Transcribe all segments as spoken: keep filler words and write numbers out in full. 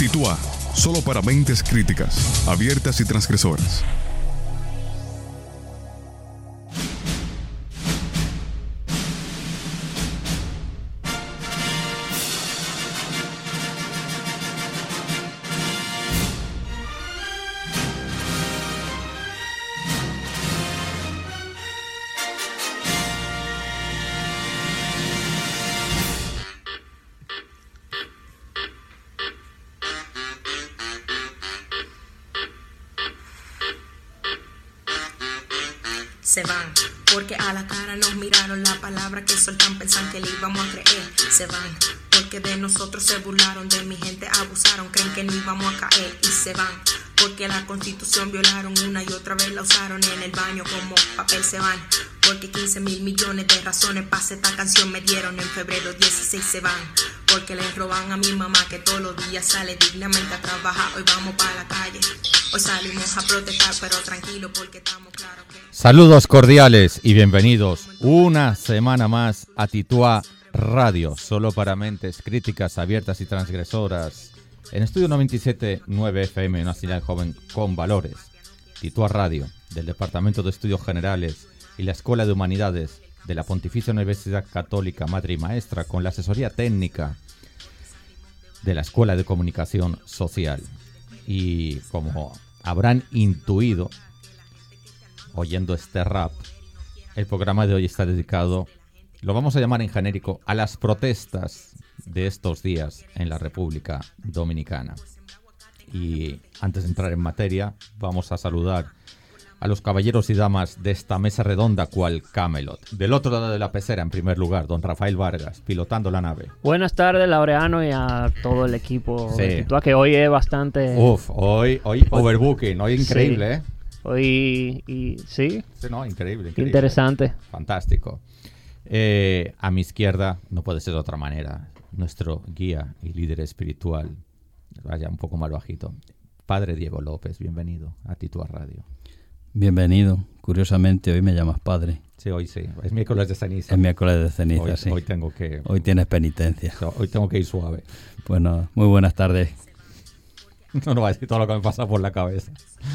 Titua, solo para mentes críticas, abiertas y transgresoras. Se van, porque a la cara nos miraron, la palabra que soltan pensan que le íbamos a creer. Se van, porque de nosotros se burlaron, de mi gente abusaron, creen que no íbamos a caer. Y se van, porque la constitución violaron, una y otra vez la usaron en el baño como papel. Se van, porque quince mil millones de razones para esta canción me dieron. En febrero dieciséis se van, porque les roban a mi mamá que todos los días sale dignamente a trabajar. Hoy vamos para la calle, hoy salimos a protestar, pero tranquilo porque estamos claros que... Saludos cordiales y bienvenidos una semana más a Titua Radio, solo para mentes críticas, abiertas y transgresoras. En Estudio noventa y siete punto nueve F M, una señal joven con valores. Titua Radio, del Departamento de Estudios Generales y la Escuela de Humanidades de la Pontificia Universidad Católica Madre y Maestra, con la asesoría técnica de la Escuela de Comunicación Social. Y como habrán intuido, oyendo este rap, el programa de hoy está dedicado, lo vamos a llamar en genérico, a las protestas de estos días en la República Dominicana. Y antes de entrar en materia, vamos a saludar a los caballeros y damas de esta mesa redonda cual Camelot. Del otro lado de la pecera, en primer lugar, don Rafael Vargas, pilotando la nave. Buenas tardes, Laureano, y a todo el equipo Sí. de Titua, que hoy es bastante... Uf, hoy, hoy overbooking, hoy increíble, Sí. ¿eh? Hoy, y sí, Sí, no, increíble, increíble. interesante. Fantástico. Eh, a mi izquierda, no puede ser de otra manera, nuestro guía y líder espiritual, vaya un poco más bajito, Padre Diego López, bienvenido a Titua Radio. Bienvenido. Curiosamente, hoy me llamas padre. Sí, hoy sí, es miércoles de ceniza. Es miércoles de ceniza, hoy, sí. Hoy tengo que... Hoy tienes penitencia. Hoy tengo que ir suave. Bueno, muy buenas tardes. No, no va a decir todo lo que me pasa por la cabeza.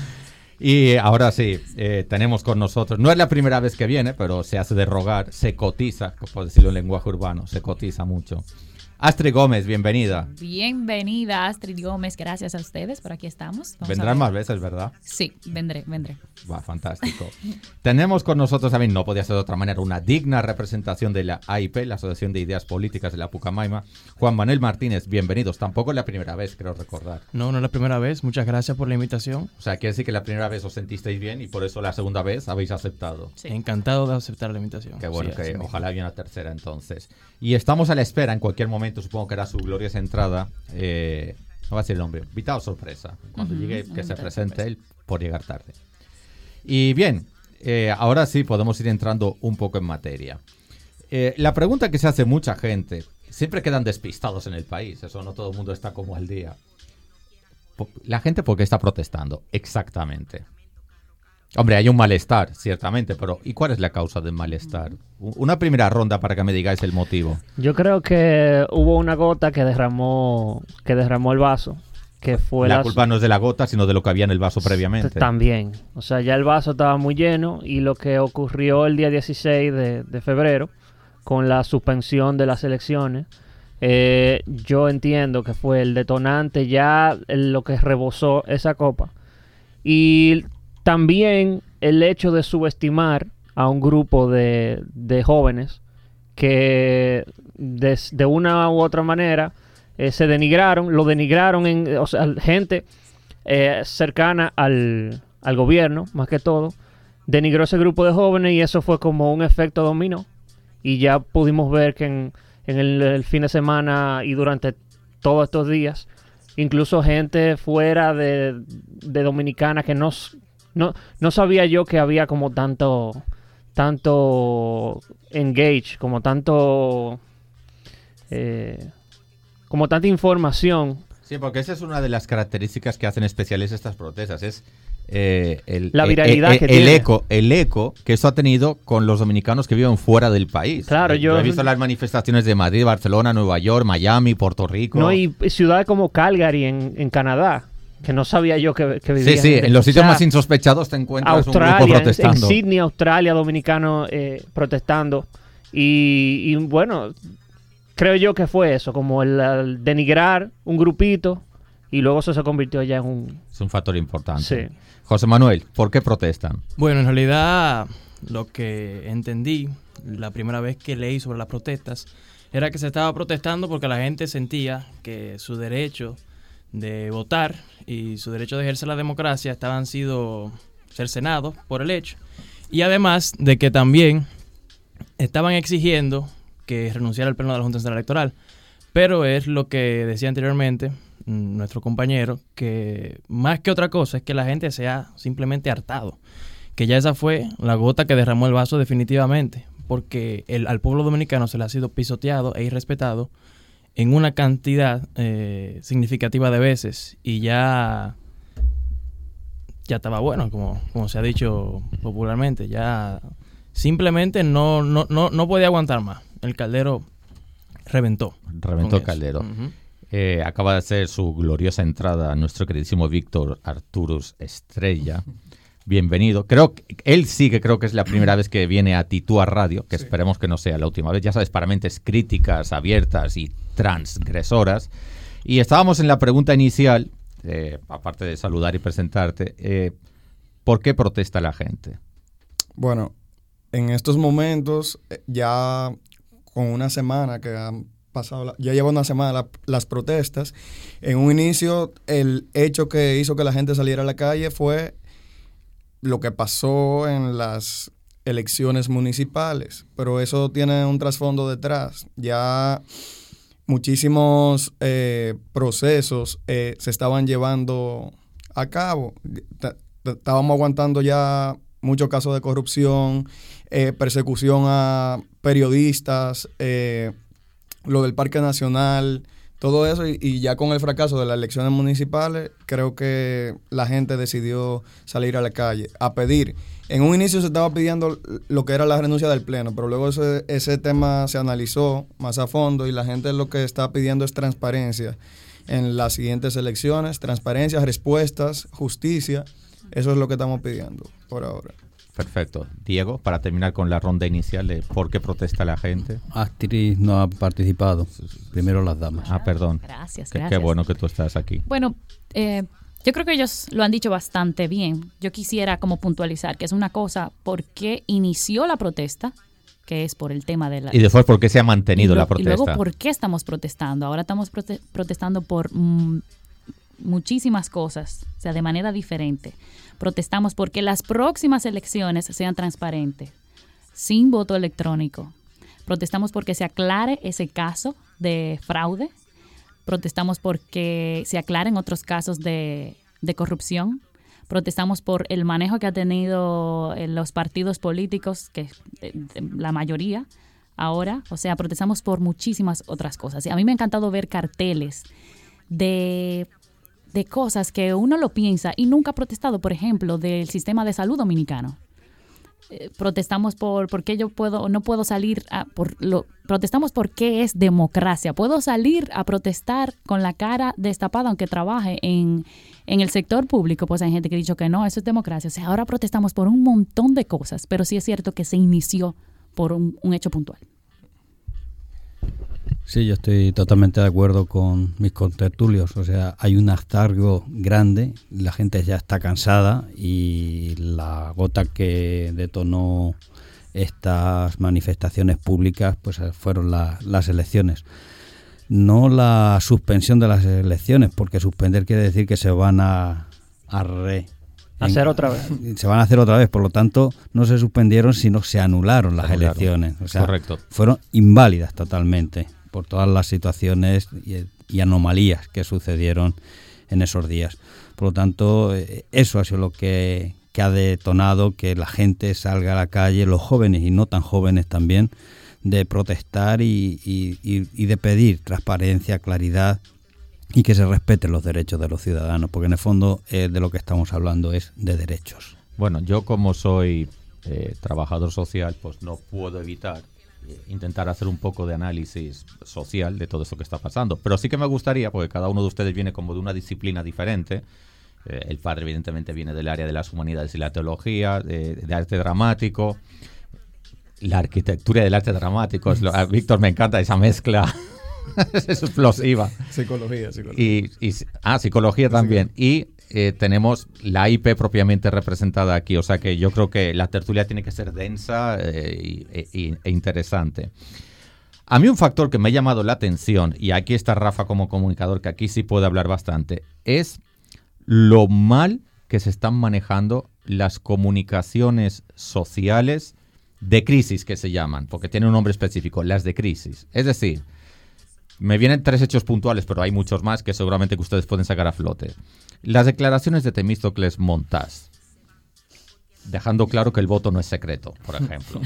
Y ahora sí, eh, tenemos con nosotros, no es la primera vez que viene, pero se hace de rogar, se cotiza, por decirlo en lenguaje urbano, se cotiza mucho. Astrid Gómez, bienvenida. Bienvenida, Astrid Gómez, gracias a ustedes, por aquí estamos. Vamos Vendrán más veces, ¿verdad? Sí, vendré, vendré. Va, fantástico. Tenemos con nosotros también, no podía ser de otra manera, una digna representación de la A I P, la Asociación de Ideas Políticas de la Pucamaima. Juan Manuel Martínez, bienvenidos. Tampoco es la primera vez, creo recordar. No, no es la primera vez. Muchas gracias por la invitación. O sea, quiere decir que la primera vez os sentisteis bien y por eso la segunda vez habéis aceptado. Sí. Encantado de aceptar la invitación. Qué bueno, Sí, que así mismo. ojalá haya una tercera entonces. Y estamos a la espera, en cualquier momento, supongo que era su gloriosa entrada, eh, no va a decir el nombre, invitado sorpresa, cuando Ujú, llegue, un que se invitado presente sorpresa. él por llegar tarde. Y bien, eh, ahora sí podemos ir entrando un poco en materia. Eh, la pregunta que se hace mucha gente, siempre quedan despistados en el país, eso no todo el mundo está como al día. Po- La gente, ¿por qué está protestando? Exactamente. Hombre, hay un malestar, ciertamente, pero ¿y cuál es la causa del malestar? U- Una primera ronda para que me digáis el motivo. Yo creo que hubo una gota que derramó, que derramó el vaso, que fue La la- culpa no es de la gota, sino de lo que había en el vaso previamente. También. O sea, ya el vaso estaba muy lleno y lo que ocurrió el día dieciséis de, de febrero con la suspensión de las elecciones, eh, yo entiendo que fue el detonante, ya el- lo que rebosó esa copa. Y también el hecho de subestimar a un grupo de, de jóvenes que de, de una u otra manera eh, se denigraron, lo denigraron en, o sea, gente eh, cercana al, al gobierno, más que todo, denigró ese grupo de jóvenes y eso fue como un efecto dominó. Y ya pudimos ver que en, en el, el fin de semana y durante todos estos días, incluso gente fuera de, de Dominicana que no, s- no, no sabía yo que había como tanto, tanto engage, como tanto, eh, como tanta información. Sí, porque esa es una de las características que hacen especiales estas protestas, es eh, el, la viralidad eh, que el tiene. eco, el eco que eso ha tenido con los dominicanos que viven fuera del país. Claro, eh, yo, yo he visto las manifestaciones de Madrid, Barcelona, Nueva York, Miami, Puerto Rico. No, y ciudades como Calgary en, en Canadá, que no sabía yo que, que vivían. Sí, sí, en los sitios o sea, más insospechados te encuentras Australia, un grupo en, en protestando. Sydney, Australia, dominicanos eh, protestando. Y, y bueno, creo yo que fue eso, como el, el denigrar un grupito y luego eso se convirtió ya en un... Es un factor importante. Sí. José Manuel, ¿por qué protestan? Bueno, en realidad lo que entendí la primera vez que leí sobre las protestas era que se estaba protestando porque la gente sentía que su derecho de votar y su derecho de ejercer la democracia estaban siendo cercenados por el hecho. Y además de que también estaban exigiendo que renunciara al pleno de la Junta Central Electoral. Pero es lo que decía anteriormente nuestro compañero, que más que otra cosa es que la gente se ha simplemente hartado. Que ya esa fue la gota que derramó el vaso definitivamente. Porque el, al pueblo dominicano se le ha sido pisoteado e irrespetado en una cantidad eh, significativa de veces. Y ya, ya estaba bueno, como, como se ha dicho popularmente. Ya simplemente no, no, no, no podía aguantar más. El caldero reventó. Reventó el caldero. Uh-huh. Eh, acaba de hacer su gloriosa entrada a nuestro queridísimo Víctor Arturus Estrella. Bienvenido. Creo que él sí que creo que es la primera vez que viene a Titúa Radio, que sí. Esperemos que no sea la última vez. Ya sabes, para mentes críticas, abiertas y transgresoras. Y estábamos en la pregunta inicial, eh, aparte de saludar y presentarte, eh, ¿por qué protesta la gente? Bueno, en estos momentos, ya con una semana que han pasado, la, ya lleva una semana la, las protestas, en un inicio el hecho que hizo que la gente saliera a la calle fue lo que pasó en las elecciones municipales, pero eso tiene un trasfondo detrás. Ya muchísimos eh, procesos eh, se estaban llevando a cabo. Estábamos aguantando ya muchos casos de corrupción, eh, persecución a periodistas, eh, lo del Parque Nacional, todo eso, y, y ya con el fracaso de las elecciones municipales, creo que la gente decidió salir a la calle a pedir. En un inicio se estaba pidiendo lo que era la renuncia del Pleno, pero luego ese, ese tema se analizó más a fondo y la gente lo que está pidiendo es transparencia en las siguientes elecciones, transparencia, respuestas, justicia. Eso es lo que estamos pidiendo por ahora. Perfecto. Diego, para terminar con la ronda inicial de por qué protesta la gente. Astrid no ha participado. Primero las damas. Ah, perdón. Gracias, qué, gracias. Qué bueno que tú estás aquí. Bueno, eh, yo creo que ellos lo han dicho bastante bien. Yo quisiera como puntualizar que es una cosa, ¿por qué inició la protesta? Que es por el tema de la... Y después, ¿por qué se ha mantenido lo, la protesta? Y luego, ¿por qué estamos protestando? Ahora estamos prote- protestando por mm, muchísimas cosas, o sea, de manera diferente. Protestamos porque las próximas elecciones sean transparentes, sin voto electrónico. Protestamos porque se aclare ese caso de fraude. Protestamos porque se aclaren otros casos de, de corrupción. Protestamos por el manejo que ha tenido los partidos políticos, que de, de, la mayoría ahora. O sea, protestamos por muchísimas otras cosas. Y a mí me ha encantado ver carteles de... de cosas que uno lo piensa y nunca ha protestado, por ejemplo, del sistema de salud dominicano. Eh, protestamos por por qué yo puedo no puedo salir a, por lo protestamos por qué es democracia. Puedo salir a protestar con la cara destapada aunque trabaje en, en el sector público. Pues hay gente que ha dicho que no, eso es democracia. O sea, ahora protestamos por un montón de cosas, pero sí es cierto que se inició por un, un hecho puntual. Sí, yo estoy totalmente de acuerdo con mis contertulios. O sea, hay un hartazgo grande, la gente ya está cansada y la gota que detonó estas manifestaciones públicas pues fueron la, las elecciones. No la suspensión de las elecciones, porque suspender quiere decir que se van a, a re... Hacer otra vez. Se van a hacer otra vez, por lo tanto, no se suspendieron, sino se anularon las se anularon. elecciones. O sea, correcto. Fueron inválidas totalmente por todas las situaciones y, y anomalías que sucedieron en esos días. Por lo tanto, eso ha sido lo que, que ha detonado que la gente salga a la calle, los jóvenes y no tan jóvenes también, de protestar y, y, y, y de pedir transparencia, claridad y que se respeten los derechos de los ciudadanos, porque en el fondo eh, de lo que estamos hablando es de derechos. Bueno, yo como soy eh, trabajador social, pues no puedo evitar eh, intentar hacer un poco de análisis social de todo esto que está pasando. Pero sí que me gustaría, porque cada uno de ustedes viene como de una disciplina diferente. Eh, el padre evidentemente viene del área de las humanidades y la teología, de, de arte dramático, la arquitectura del arte dramático. Es lo, a Víctor me encanta esa mezcla. Es explosiva. Psicología, psicología. Y, y, ah, psicología también. Y eh, tenemos la I P propiamente representada aquí. O sea que yo creo que la tertulia tiene que ser densa eh, y, y, e interesante. A mí un factor que me ha llamado la atención, y aquí está Rafa como comunicador, que aquí sí puede hablar bastante, es lo mal que se están manejando las comunicaciones sociales de crisis, que se llaman, porque tiene un nombre específico, las de crisis. Es decir, me vienen tres hechos puntuales, pero hay muchos más que seguramente que ustedes pueden sacar a flote. Las declaraciones de Temístocles Montás, dejando claro que el voto no es secreto, por ejemplo.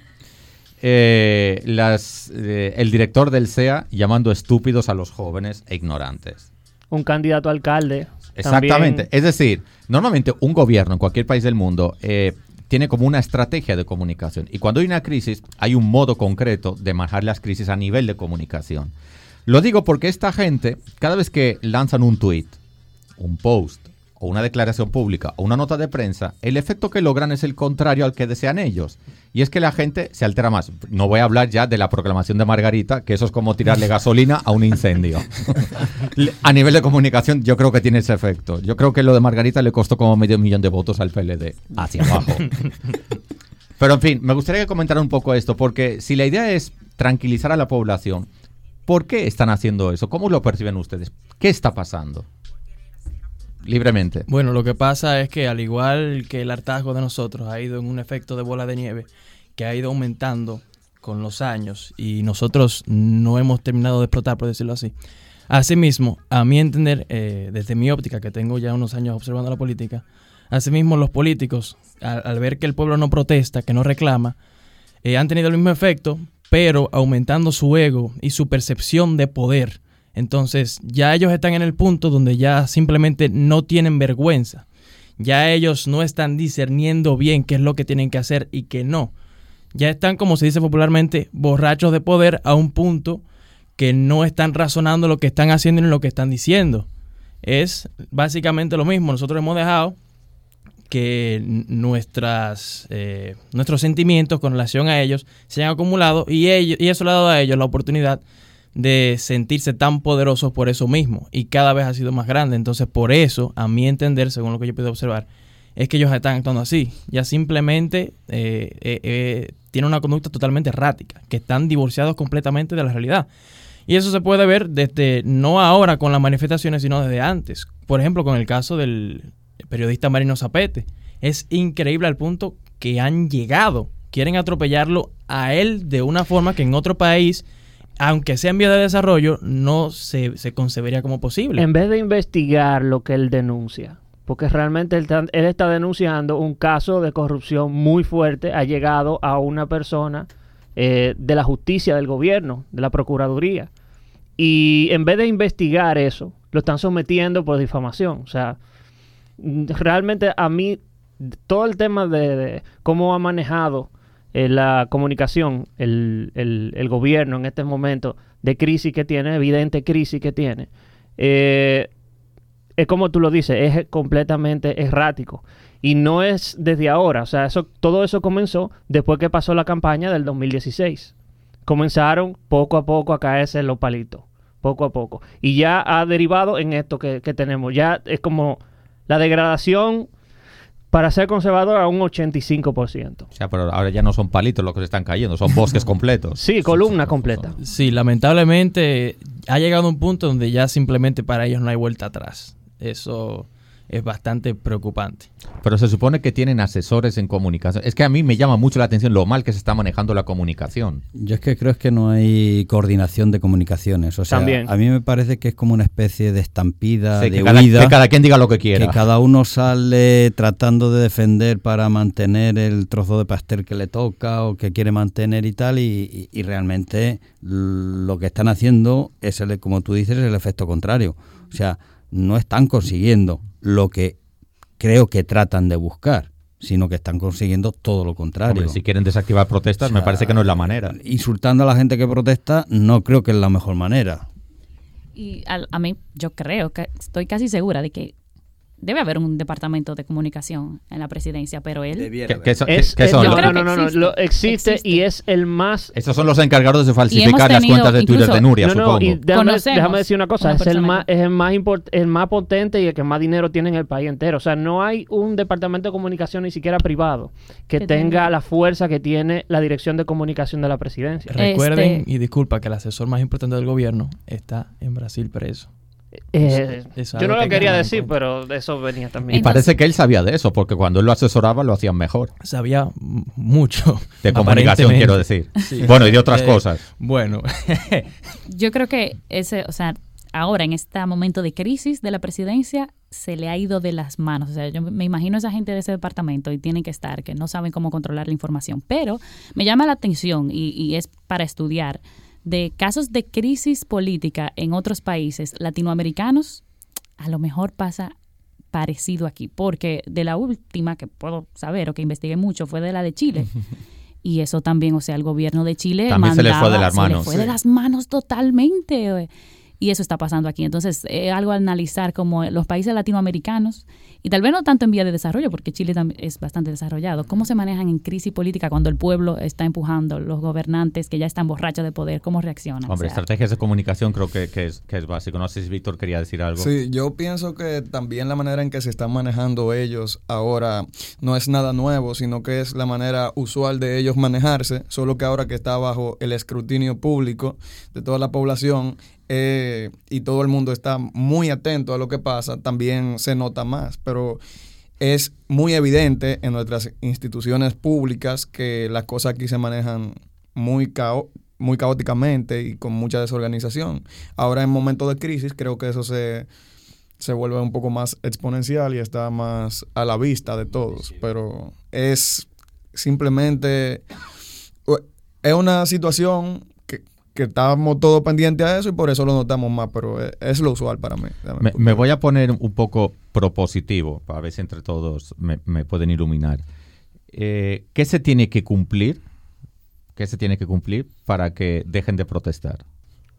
eh, las, eh, el director del C E A llamando estúpidos a los jóvenes e ignorantes. Un candidato a alcalde. Exactamente. También. Es decir, normalmente un gobierno en cualquier país del mundo eh, tiene como una estrategia de comunicación. Y cuando hay una crisis, hay un modo concreto de manejar las crisis a nivel de comunicación. Lo digo porque esta gente, cada vez que lanzan un tweet, un post, o una declaración pública, o una nota de prensa, el efecto que logran es el contrario al que desean ellos. Y es que la gente se altera más. No voy a hablar ya de la proclamación de Margarita, que eso es como tirarle gasolina a un incendio. A nivel de comunicación, yo creo que tiene ese efecto. Yo creo que lo de Margarita le costó como medio millón de votos al P L D, hacia abajo. Pero en fin, me gustaría que comentara un poco esto, porque si la idea es tranquilizar a la población, ¿por qué están haciendo eso? ¿Cómo lo perciben ustedes? ¿Qué está pasando? Libremente. Bueno, lo que pasa es que al igual que el hartazgo de nosotros ha ido en un efecto de bola de nieve que ha ido aumentando con los años y nosotros no hemos terminado de explotar, por decirlo así. Asimismo, a mi entender, eh, desde mi óptica, que tengo ya unos años observando la política, asimismo los políticos, al, al ver que el pueblo no protesta, que no reclama, eh, han tenido el mismo efecto, pero aumentando su ego y su percepción de poder. Entonces ya ellos están en el punto donde ya simplemente no tienen vergüenza. Ya ellos no están discerniendo bien qué es lo que tienen que hacer y qué no. Ya están, como se dice popularmente, borrachos de poder a un punto que no están razonando lo que están haciendo ni lo que están diciendo. Es básicamente lo mismo. Nosotros hemos dejado que nuestras, eh, nuestros sentimientos con relación a ellos se han acumulado y, ellos, y eso le ha dado a ellos la oportunidad de sentirse tan poderosos por eso mismo, y cada vez ha sido más grande. Entonces, por eso, a mi entender, según lo que yo puedo observar, es que ellos están actuando así. Ya simplemente eh, eh, eh, tienen una conducta totalmente errática, que están divorciados completamente de la realidad. Y eso se puede ver desde, no ahora con las manifestaciones, sino desde antes. Por ejemplo, con el caso del periodista Marino Zapete. Es increíble al punto que han llegado. Quieren atropellarlo a él de una forma que en otro país, aunque sea en vía de desarrollo, no se, se concebería como posible. En vez de investigar lo que él denuncia, porque realmente él, él está denunciando un caso de corrupción muy fuerte, ha llegado a una persona eh, de la justicia del gobierno, de la procuraduría, y en vez de investigar eso, lo están sometiendo por difamación. O sea, realmente a mí, todo el tema de, de cómo ha manejado Eh, la comunicación, el, el, el gobierno en este momento de crisis que tiene, evidente crisis que tiene, eh, es como tú lo dices, es completamente errático. Y no es desde ahora, o sea, eso, todo eso comenzó después que pasó la campaña del dos mil dieciséis. Comenzaron poco a poco a caerse los palitos, poco a poco. Y ya ha derivado en esto que, que tenemos. Ya es como la degradación, para ser conservador, a un ochenta y cinco por ciento. O sea, pero ahora ya no son palitos los que se están cayendo, son bosques completos. Sí, columna completa. Sí, lamentablemente ha llegado a un punto donde ya simplemente para ellos no hay vuelta atrás. Eso es bastante preocupante. Pero se supone que tienen asesores en comunicación. Es que a mí me llama mucho la atención lo mal que se está manejando la comunicación. Yo es que creo que no hay coordinación de comunicaciones. O sea, También. a mí me parece que es como una especie de estampida, Sí, de que, cada, huida, que cada quien diga lo que quiera. que cada uno sale tratando de defender para mantener el trozo de pastel que le toca o que quiere mantener y tal, y, y, y realmente lo que están haciendo es, el, como tú dices, el efecto contrario. O sea, no están consiguiendo lo que creo que tratan de buscar, sino que están consiguiendo todo lo contrario. Hombre, si quieren desactivar protestas, O sea, me parece que no es la manera. Insultando a la gente que protesta no creo que es la mejor manera. Y a, a mí, yo creo que estoy casi segura de que debe haber un departamento de comunicación en la presidencia, pero él... ¿Qué, qué son, Es, qué es- son? no, Yo creo no, que no, no, existe. lo- existe, Existe. y es el más... Estos son los encargados de Y hemos falsificar las tenido cuentas de Twitter incluso- de Nuria, No, no, supongo. y déjame, Conocemos déjame decir una cosa, una es el persona más, que- es el más import- el más potente y el que más dinero tiene en el país entero. O sea, no hay un departamento de comunicación ni siquiera privado que, Que tenga tenga- la fuerza que tiene la dirección de comunicación de la presidencia. Recuerden, Este- y disculpa, que el asesor más importante del gobierno está en Brasil preso. Eh, es yo algo no que lo hay que quería tener en decir, cuenta. pero de eso venía Y también. Entonces- parece que él sabía de eso, porque cuando él lo asesoraba lo hacían mejor. Sabía m- mucho. De comunicación, aparentemente. quiero decir. Sí. Bueno, y de otras Eh, cosas. Bueno, Yo creo que ese, o sea, ahora en este momento de crisis de la presidencia se le ha ido de las manos. O sea, yo me imagino a esa gente de ese departamento y tienen que estar, que no saben cómo controlar la información. Pero me llama la atención y, y es para estudiar de casos de crisis política en otros países latinoamericanos. A lo mejor pasa parecido aquí, porque de la última que puedo saber o que investigué mucho fue de la de Chile. Y eso también, o sea, el gobierno de Chile También se les fue de mandaba- las se le manos. fue Sí. de las manos totalmente. eh. Y eso está pasando aquí. Entonces, es algo a analizar como los países latinoamericanos, y tal vez no tanto en vía de desarrollo, porque Chile también es bastante desarrollado, cómo se manejan en crisis política cuando el pueblo está empujando, los gobernantes que ya están borrachos de poder, cómo reaccionan. Hombre, O sea, estrategias de comunicación creo que, que, es, que es básico. No sé si Víctor quería decir algo. Sí, yo pienso que también la manera en que se están manejando ellos ahora no es nada nuevo, sino que es la manera usual de ellos manejarse, solo que ahora que está bajo el escrutinio público de toda la población eh, y todo el mundo está muy atento a lo que pasa, también se nota más, pero es muy evidente en nuestras instituciones públicas que las cosas aquí se manejan muy cao muy caóticamente y con mucha desorganización. Ahora en momentos de crisis creo que eso se, se vuelve un poco más exponencial y está más a la vista de todos, pero es simplemente es una situación que, que estamos todos pendientes a eso y por eso lo notamos más, pero es, es lo usual para mí. Me, me voy a poner un poco propositivo, para ver si entre todos me, me pueden iluminar. Eh, ¿Qué se tiene que cumplir? ¿Qué se tiene que cumplir para que dejen de protestar?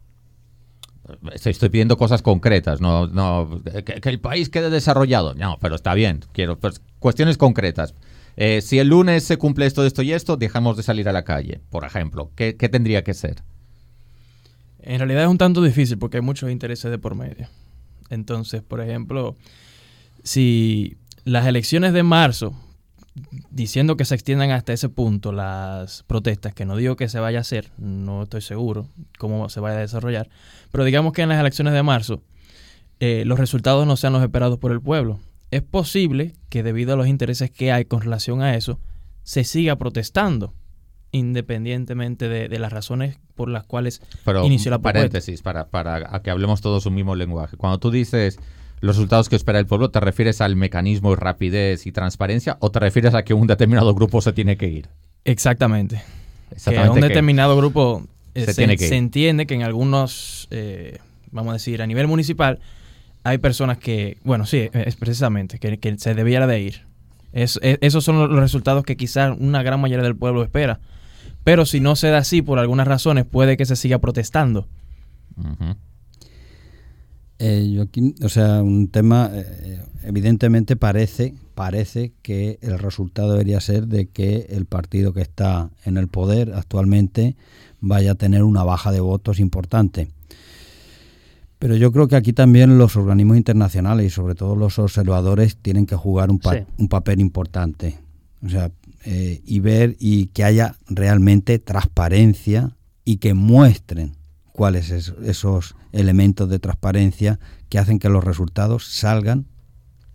Estoy pidiendo cosas concretas, no, no que, que el país quede desarrollado. No, pero está bien, quiero pues, cuestiones concretas. Eh, si el lunes se cumple esto, esto y esto, dejamos de salir a la calle, por ejemplo. ¿Qué, qué tendría que ser? en realidad es un tanto difícil porque hay muchos intereses de por medio. Entonces, por ejemplo, si las elecciones de marzo, diciendo que se extiendan hasta ese punto las protestas, que no digo que se vaya a hacer, no estoy seguro cómo se vaya a desarrollar, pero digamos que en las elecciones de marzo eh, los resultados no sean los esperados por el pueblo. Es posible que debido a los intereses que hay con relación a eso, se siga protestando, independientemente de, de las razones por las cuales Pero, inició la propuesta. paréntesis, para, para a que hablemos todos un mismo lenguaje. Cuando tú dices los resultados que espera el pueblo, ¿te refieres al mecanismo de rapidez y transparencia o te refieres a que un determinado grupo se tiene que ir? Exactamente. Exactamente. Que un que- determinado grupo eh, se se, tiene que ir. se entiende que en algunos, eh, vamos a decir, a nivel municipal, hay personas que, bueno, sí, es precisamente, que, que se debiera de ir. Es, es- esos son los resultados que quizás una gran mayoría del pueblo espera. Pero si no se da así, por algunas razones, puede que se siga protestando. Ujú. Eh, yo aquí, o sea, un tema, eh, evidentemente parece, parece que el resultado debería ser de que el partido que está en el poder actualmente vaya a tener una baja de votos importante. Pero yo creo que aquí también los organismos internacionales y sobre todo los observadores tienen que jugar un, pa- Sí. un papel importante. O sea, eh, y ver y que haya realmente transparencia y que muestren cuáles es esos elementos de transparencia que hacen que los resultados salgan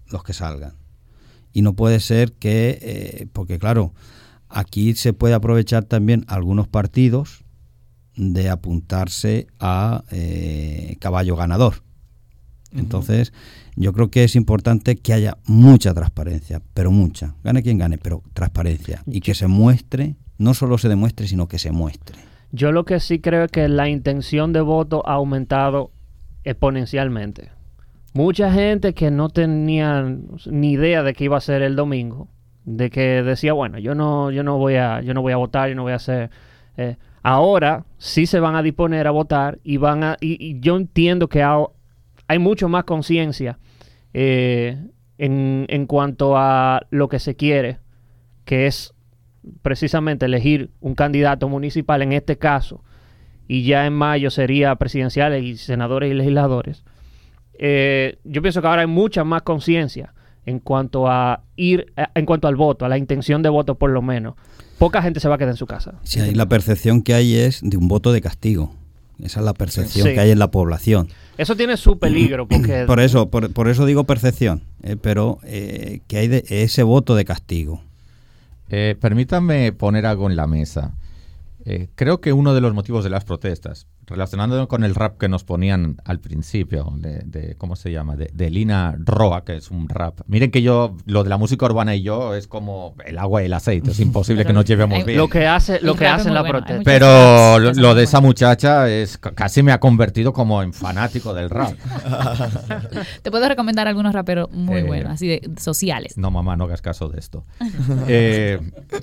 los que salgan. Y no puede ser que, eh, porque claro, aquí se puede aprovechar también algunos partidos de apuntarse a eh, caballo ganador. Entonces, yo creo que es importante que haya mucha transparencia, pero mucha, gane quien gane, pero transparencia, y que se muestre, no solo se demuestre, sino que se muestre. Yo lo que sí creo es que la intención de voto ha aumentado exponencialmente. Mucha gente que no tenía ni idea de qué iba a ser el domingo, de que decía, bueno, yo no, yo no voy a, yo no voy a votar, yo no voy a hacer. Eh, ahora sí se van a disponer a votar y van a, y, y yo entiendo que ha, hay mucho más conciencia eh, en, en cuanto a lo que se quiere, que es precisamente elegir un candidato municipal en este caso, y ya en mayo sería presidenciales y senadores y legisladores. Eh, yo pienso que ahora hay mucha más conciencia en cuanto a ir, en cuanto al voto, a la intención de voto por lo menos. Poca gente se va a quedar en su casa. Sí, ahí la percepción que hay es de un voto de castigo. Esa es la percepción sí. que hay en la población. Eso tiene su peligro porque... Por eso, por, por eso digo percepción, eh, pero eh, que hay de ese voto de castigo. Eh, permítanme poner algo en la mesa. Eh, creo que uno de los motivos de las protestas, relacionándolo con el rap que nos ponían al principio, de, de ¿cómo se llama? De, de Lina Roa, que es un rap. Miren que yo, lo de la música urbana y yo, es como el agua y el aceite. Es imposible Pero que nos llevemos hay, bien. Lo que hace, lo El que rap hace es la muy bueno. protesta. Pero lo, raps que lo son de muy esa buenos. muchacha es casi me ha convertido como en fanático del rap. Te puedo recomendar algunos raperos muy Eh, buenos, así de sociales. No, mamá, no hagas caso de esto. Eh,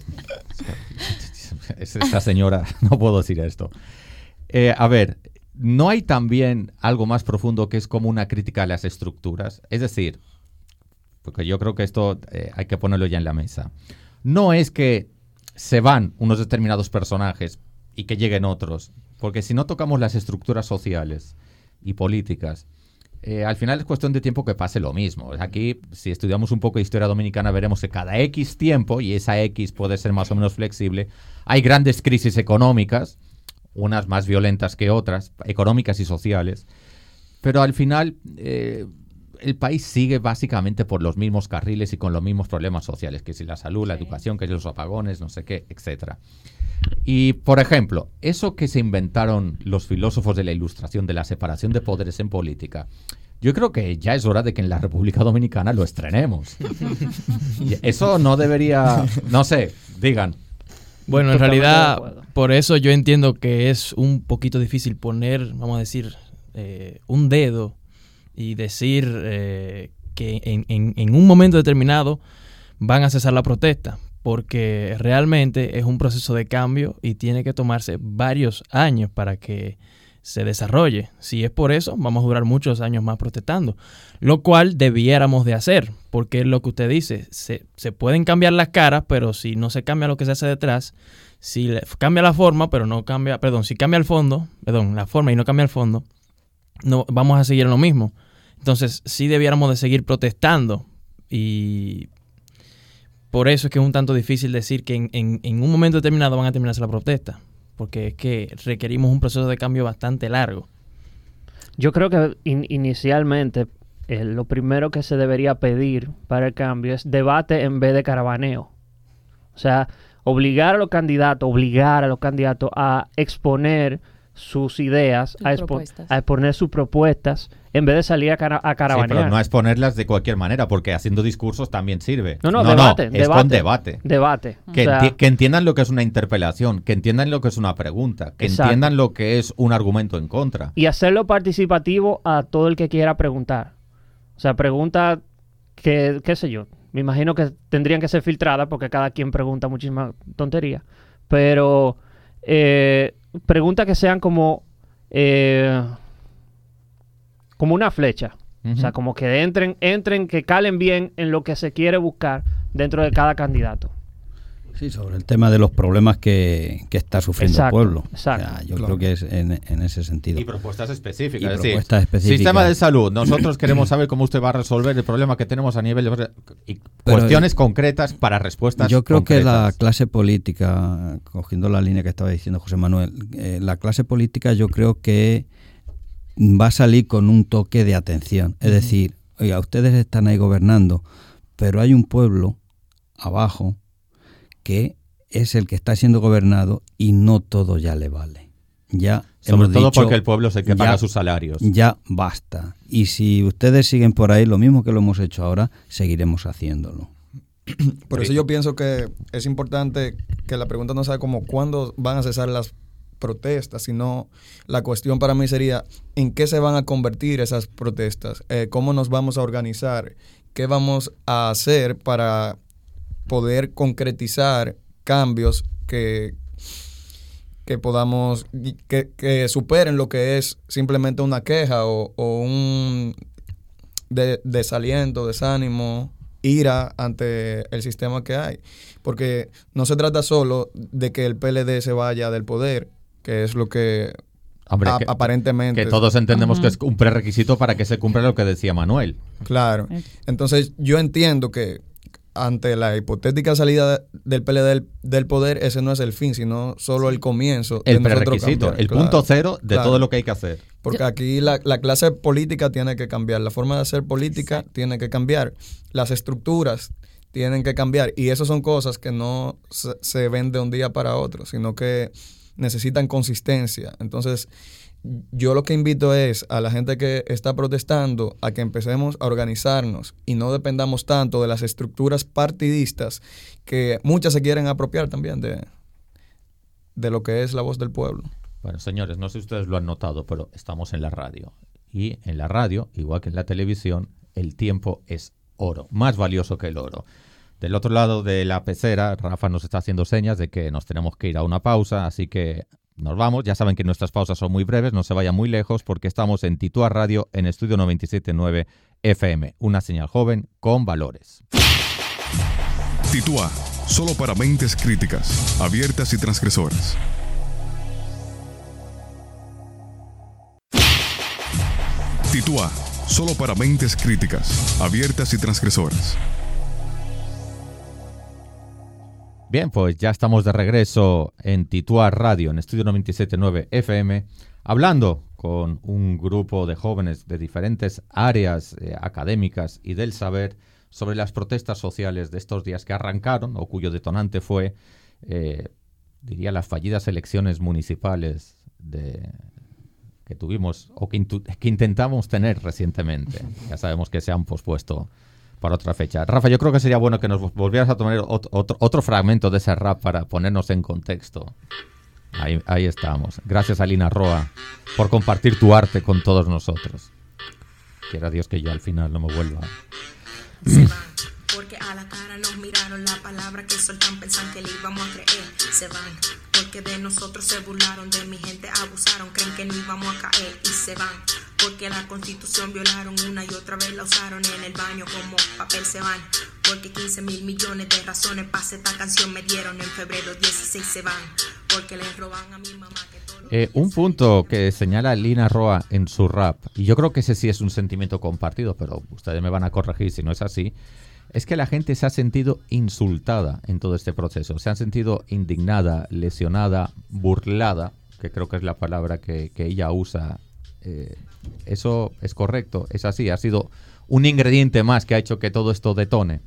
es esta señora, no puedo decir esto. Eh, a ver, ¿no hay también algo más profundo que es como una crítica a las estructuras? Es decir, porque yo creo que esto eh, hay que ponerlo ya en la mesa. No es que se van unos determinados personajes y que lleguen otros, porque si no tocamos las estructuras sociales y políticas, Eh, al final es cuestión de tiempo que pase lo mismo. Aquí, si estudiamos un poco de historia dominicana, veremos que cada X tiempo, y esa X puede ser más o menos flexible, hay grandes crisis económicas, unas más violentas que otras, económicas y sociales, pero al final eh, el país sigue básicamente por los mismos carriles y con los mismos problemas sociales, que si la salud, la educación, que si los apagones, no sé qué, etcétera. Y, por ejemplo, eso que se inventaron los filósofos de la Ilustración de la separación de poderes en política, yo creo que ya es hora de que en la República Dominicana lo estrenemos. Y eso no debería, no sé, digan. Bueno, en Totalmente de realidad, acuerdo. por eso yo entiendo que es un poquito difícil poner, vamos a decir, eh, un dedo y decir eh, que en, en, en un momento determinado van a cesar la protesta, porque realmente es un proceso de cambio y tiene que tomarse varios años para que se desarrolle. Si es por eso, vamos a durar muchos años más protestando, lo cual debiéramos de hacer, porque es lo que usted dice, se, se pueden cambiar las caras, pero si no se cambia lo que se hace detrás, si le, cambia la forma, pero no cambia, perdón, si cambia el fondo, perdón, la forma y no cambia el fondo, no vamos a seguir en lo mismo. Entonces, sí debiéramos de seguir protestando y por eso es que es un tanto difícil decir que en, en, en un momento determinado van a terminarse la protesta, porque es que requerimos un proceso de cambio bastante largo. Yo creo que in- inicialmente eh, lo primero que se debería pedir para el cambio es debate en vez de caravaneo. O sea, obligar a los candidatos, obligar a los candidatos a exponer sus ideas, Sus a, expo- propuestas. a exponer sus propuestas, en vez de salir a, cara- a Sí, caravanear. pero no a exponerlas de cualquier manera, porque haciendo discursos también sirve. No, no, debate, es debate. con debate. Debate. Que, O sea, enti- que entiendan lo que es una interpelación, que entiendan lo que es una pregunta, que Exacto. entiendan lo que es un argumento en contra. y hacerlo participativo a todo el que quiera preguntar. O sea, pregunta que, qué sé yo, me imagino que tendrían que ser filtradas porque cada quien pregunta muchísimas tonterías. Pero eh, preguntas que sean como, eh, como una flecha. O sea, Ujú. como que entren, entren, que calen bien en lo que se quiere buscar dentro de cada candidato. Sí, sobre el tema de los problemas que, que está sufriendo Exacto, el pueblo. exacto. O sea, yo Claro. creo que es en, en ese sentido. Y propuestas específicas. Y es decir, propuestas específicas. Sistema de salud. Nosotros queremos saber cómo usted va a resolver el problema que tenemos a nivel de... Y Pero, cuestiones concretas para respuestas Yo creo que la concretas. clase política, cogiendo la línea que estaba diciendo José Manuel, eh, la clase política yo creo que va a salir con un toque de atención. Es decir, oiga, ustedes están ahí gobernando, pero hay un pueblo abajo que es el que está siendo gobernado y no todo ya le vale. Ya Sobre hemos todo dicho, porque el pueblo es el que ya, paga sus salarios. Ya basta. Y si ustedes siguen por ahí, lo mismo que lo hemos hecho ahora, seguiremos haciéndolo. Por eso yo pienso que es importante que la pregunta no sea como cuándo van a cesar las protestas, sino la cuestión para mí sería en qué se van a convertir esas protestas, eh, cómo nos vamos a organizar, qué vamos a hacer para poder concretizar cambios que, que podamos, que, que superen lo que es simplemente una queja o, o un de, desaliento, desánimo, ira ante el sistema que hay. Porque no se trata solo de que el P L D se vaya del poder, que es lo que Hombre, a, que, aparentemente... Que todos entendemos uh-huh. que es un prerequisito para que se cumpla lo que decía Manuel. Claro. Entonces yo entiendo que ante la hipotética salida del P L D del, del poder, ese no es el fin, sino solo el comienzo. El de nosotros prerequisito, cambiar. el Claro, punto cero de claro. todo lo que hay que hacer. Porque aquí la, la clase política tiene que cambiar, la forma de hacer política tiene que cambiar, las estructuras tienen que cambiar, y eso son cosas que no se, se ven de un día para otro, sino que necesitan consistencia. Entonces, yo lo que invito es a la gente que está protestando a que empecemos a organizarnos y no dependamos tanto de las estructuras partidistas, que muchas se quieren apropiar también de, de lo que es la voz del pueblo. Bueno, señores, no sé si ustedes lo han notado, pero estamos en la radio. Y en la radio, igual que en la televisión, el tiempo es oro, más valioso que el oro. Del otro lado de la pecera, Rafa nos está haciendo señas de que nos tenemos que ir a una pausa, así que nos vamos. Ya saben que nuestras pausas son muy breves, no se vayan muy lejos, porque estamos en Titua Radio, en Estudio noventa y siete punto nueve F M, una señal joven con valores. Titua, solo para mentes críticas, abiertas y transgresoras. Titua, solo para mentes críticas, abiertas y transgresoras. Bien, pues ya estamos de regreso en Titua Radio, en Estudio noventa y siete punto nueve F M, hablando con un grupo de jóvenes de diferentes áreas eh, académicas y del saber sobre las protestas sociales de estos días que arrancaron, o cuyo detonante fue, eh, diría, las fallidas elecciones municipales de... que tuvimos o que, intu- que intentamos tener recientemente. Ya sabemos que se han pospuesto para otra fecha. Rafa, yo creo que sería bueno que nos volvieras a tomar otro, otro, otro fragmento de ese rap para ponernos en contexto. Ahí, ahí estamos. Gracias a Lina Roa por compartir tu arte con todos nosotros. Quiera Dios que yo al final no me vuelva. Se van, porque a la cara nos miraron, la palabra que soltan pensan que le íbamos a creer. Se van, porque de nosotros se burlaron, de mi gente abusaron, creen que no íbamos a caer. Y se van, porque la constitución violaron, una y otra vez la usaron en el baño como papel. Se van, porque quince mil millones de razones para esta canción me dieron. En febrero dieciséis se van, porque les roban a mi mamá que todo lo Eh, un punto que señala Lina Roa en su rap, y yo creo que ese sí es un sentimiento compartido, pero ustedes me van a corregir si no es así, es que la gente se ha sentido insultada en todo este proceso, se han sentido indignada, lesionada, burlada, que creo que es la palabra que, que ella usa. Eh, eso es correcto, es así, ha sido un ingrediente más que ha hecho que todo esto detone.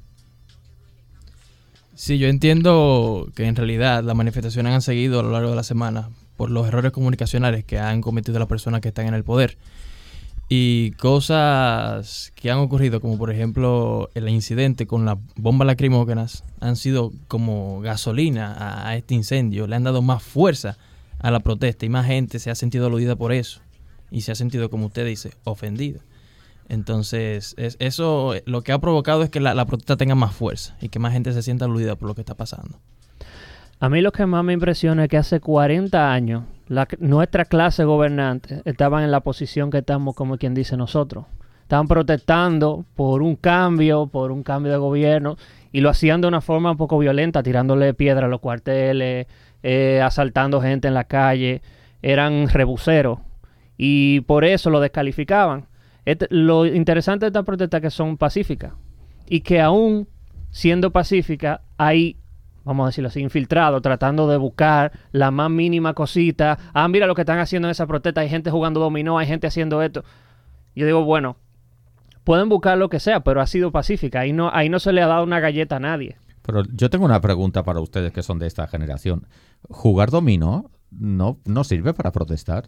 Sí, yo entiendo que en realidad las manifestaciones han seguido a lo largo de la semana por los errores comunicacionales que han cometido las personas que están en el poder. Y cosas que han ocurrido, como por ejemplo el incidente con las bombas lacrimógenas, han sido como gasolina a, a este incendio. Le han dado más fuerza a la protesta y más gente se ha sentido aludida por eso. Y se ha sentido, como usted dice, ofendida. Entonces, es, eso lo que ha provocado es que la, la protesta tenga más fuerza y que más gente se sienta aludida por lo que está pasando. A mí lo que más me impresiona es que hace cuarenta años la, nuestra clase gobernante estaban en la posición que estamos, como quien dice, nosotros. Estaban protestando por un cambio, por un cambio de gobierno, y lo hacían de una forma un poco violenta, tirándole piedra a los cuarteles, eh, asaltando gente en la calle. Eran rebuseros y por eso lo descalificaban. Este, lo interesante de estas protestas es que son pacíficas y que aún siendo pacíficas hay, vamos a decirlo así, infiltrados tratando de buscar la más mínima cosita. Ah, mira lo que están haciendo en esa protesta, hay gente jugando dominó, hay gente haciendo esto. Yo digo, bueno, pueden buscar lo que sea, pero ha sido pacífica. Ahí no, ahí no se le ha dado una galleta a nadie. Pero yo tengo una pregunta para ustedes que son de esta generación. ¿Jugar dominó no, no sirve para protestar?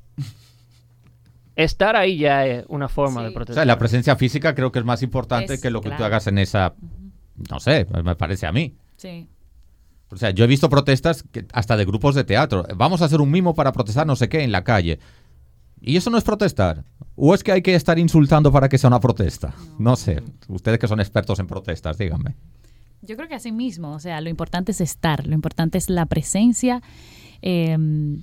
Estar ahí ya es una forma Sí. de O protestar. sea, la presencia física creo que es más importante Es, que lo que tú claro. hagas en esa... No sé, me parece a mí. Sí. O sea, yo he visto protestas que, hasta de grupos de teatro. Vamos a hacer un mimo para protestar no sé qué en la calle. ¿Y eso no es protestar? ¿O es que hay que estar insultando para que sea una protesta? No sé. Ustedes que son expertos en protestas, díganme. Yo creo que así mismo, o sea, lo importante es estar, lo importante es la presencia. Eh,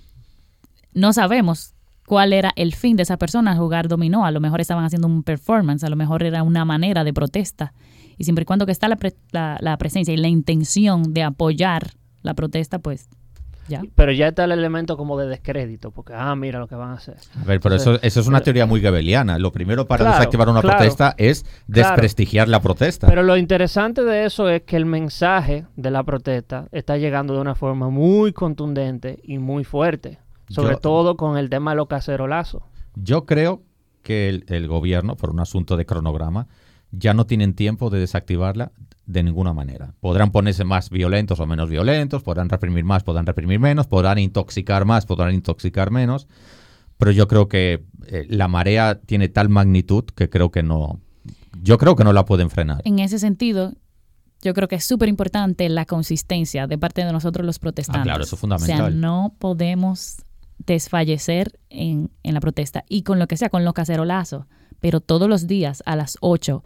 no sabemos cuál era el fin de esa persona, jugar dominó. A lo mejor estaban haciendo un performance, a lo mejor era una manera de protesta. Y siempre y cuando que está la, pre- la, la presencia y la intención de apoyar la protesta, pues ya. Pero ya está el elemento como de descrédito, porque, ah, mira lo que van a hacer. A ver, pero Entonces, eso, eso es una pero- teoría muy goebbeliana. Lo primero para Claro, desactivar una claro, protesta es claro. desprestigiar la protesta. Pero lo interesante de eso es que el mensaje de la protesta está llegando de una forma muy contundente y muy fuerte. Sobre Yo- todo con el tema de los cacerolazos. Yo creo que el, el gobierno, por un asunto de cronograma, ya no tienen tiempo de desactivarla de ninguna manera. Podrán ponerse más violentos o menos violentos, podrán reprimir más, podrán reprimir menos, podrán intoxicar más, podrán intoxicar menos, pero yo creo que eh, la marea tiene tal magnitud que creo que no, yo creo que no la pueden frenar. En ese sentido, yo creo que es súper importante la consistencia de parte de nosotros los protestantes. Ah, claro, eso es O fundamental. sea, no podemos desfallecer en, en la protesta y con lo que sea, con los cacerolazos, pero todos los días a las ocho.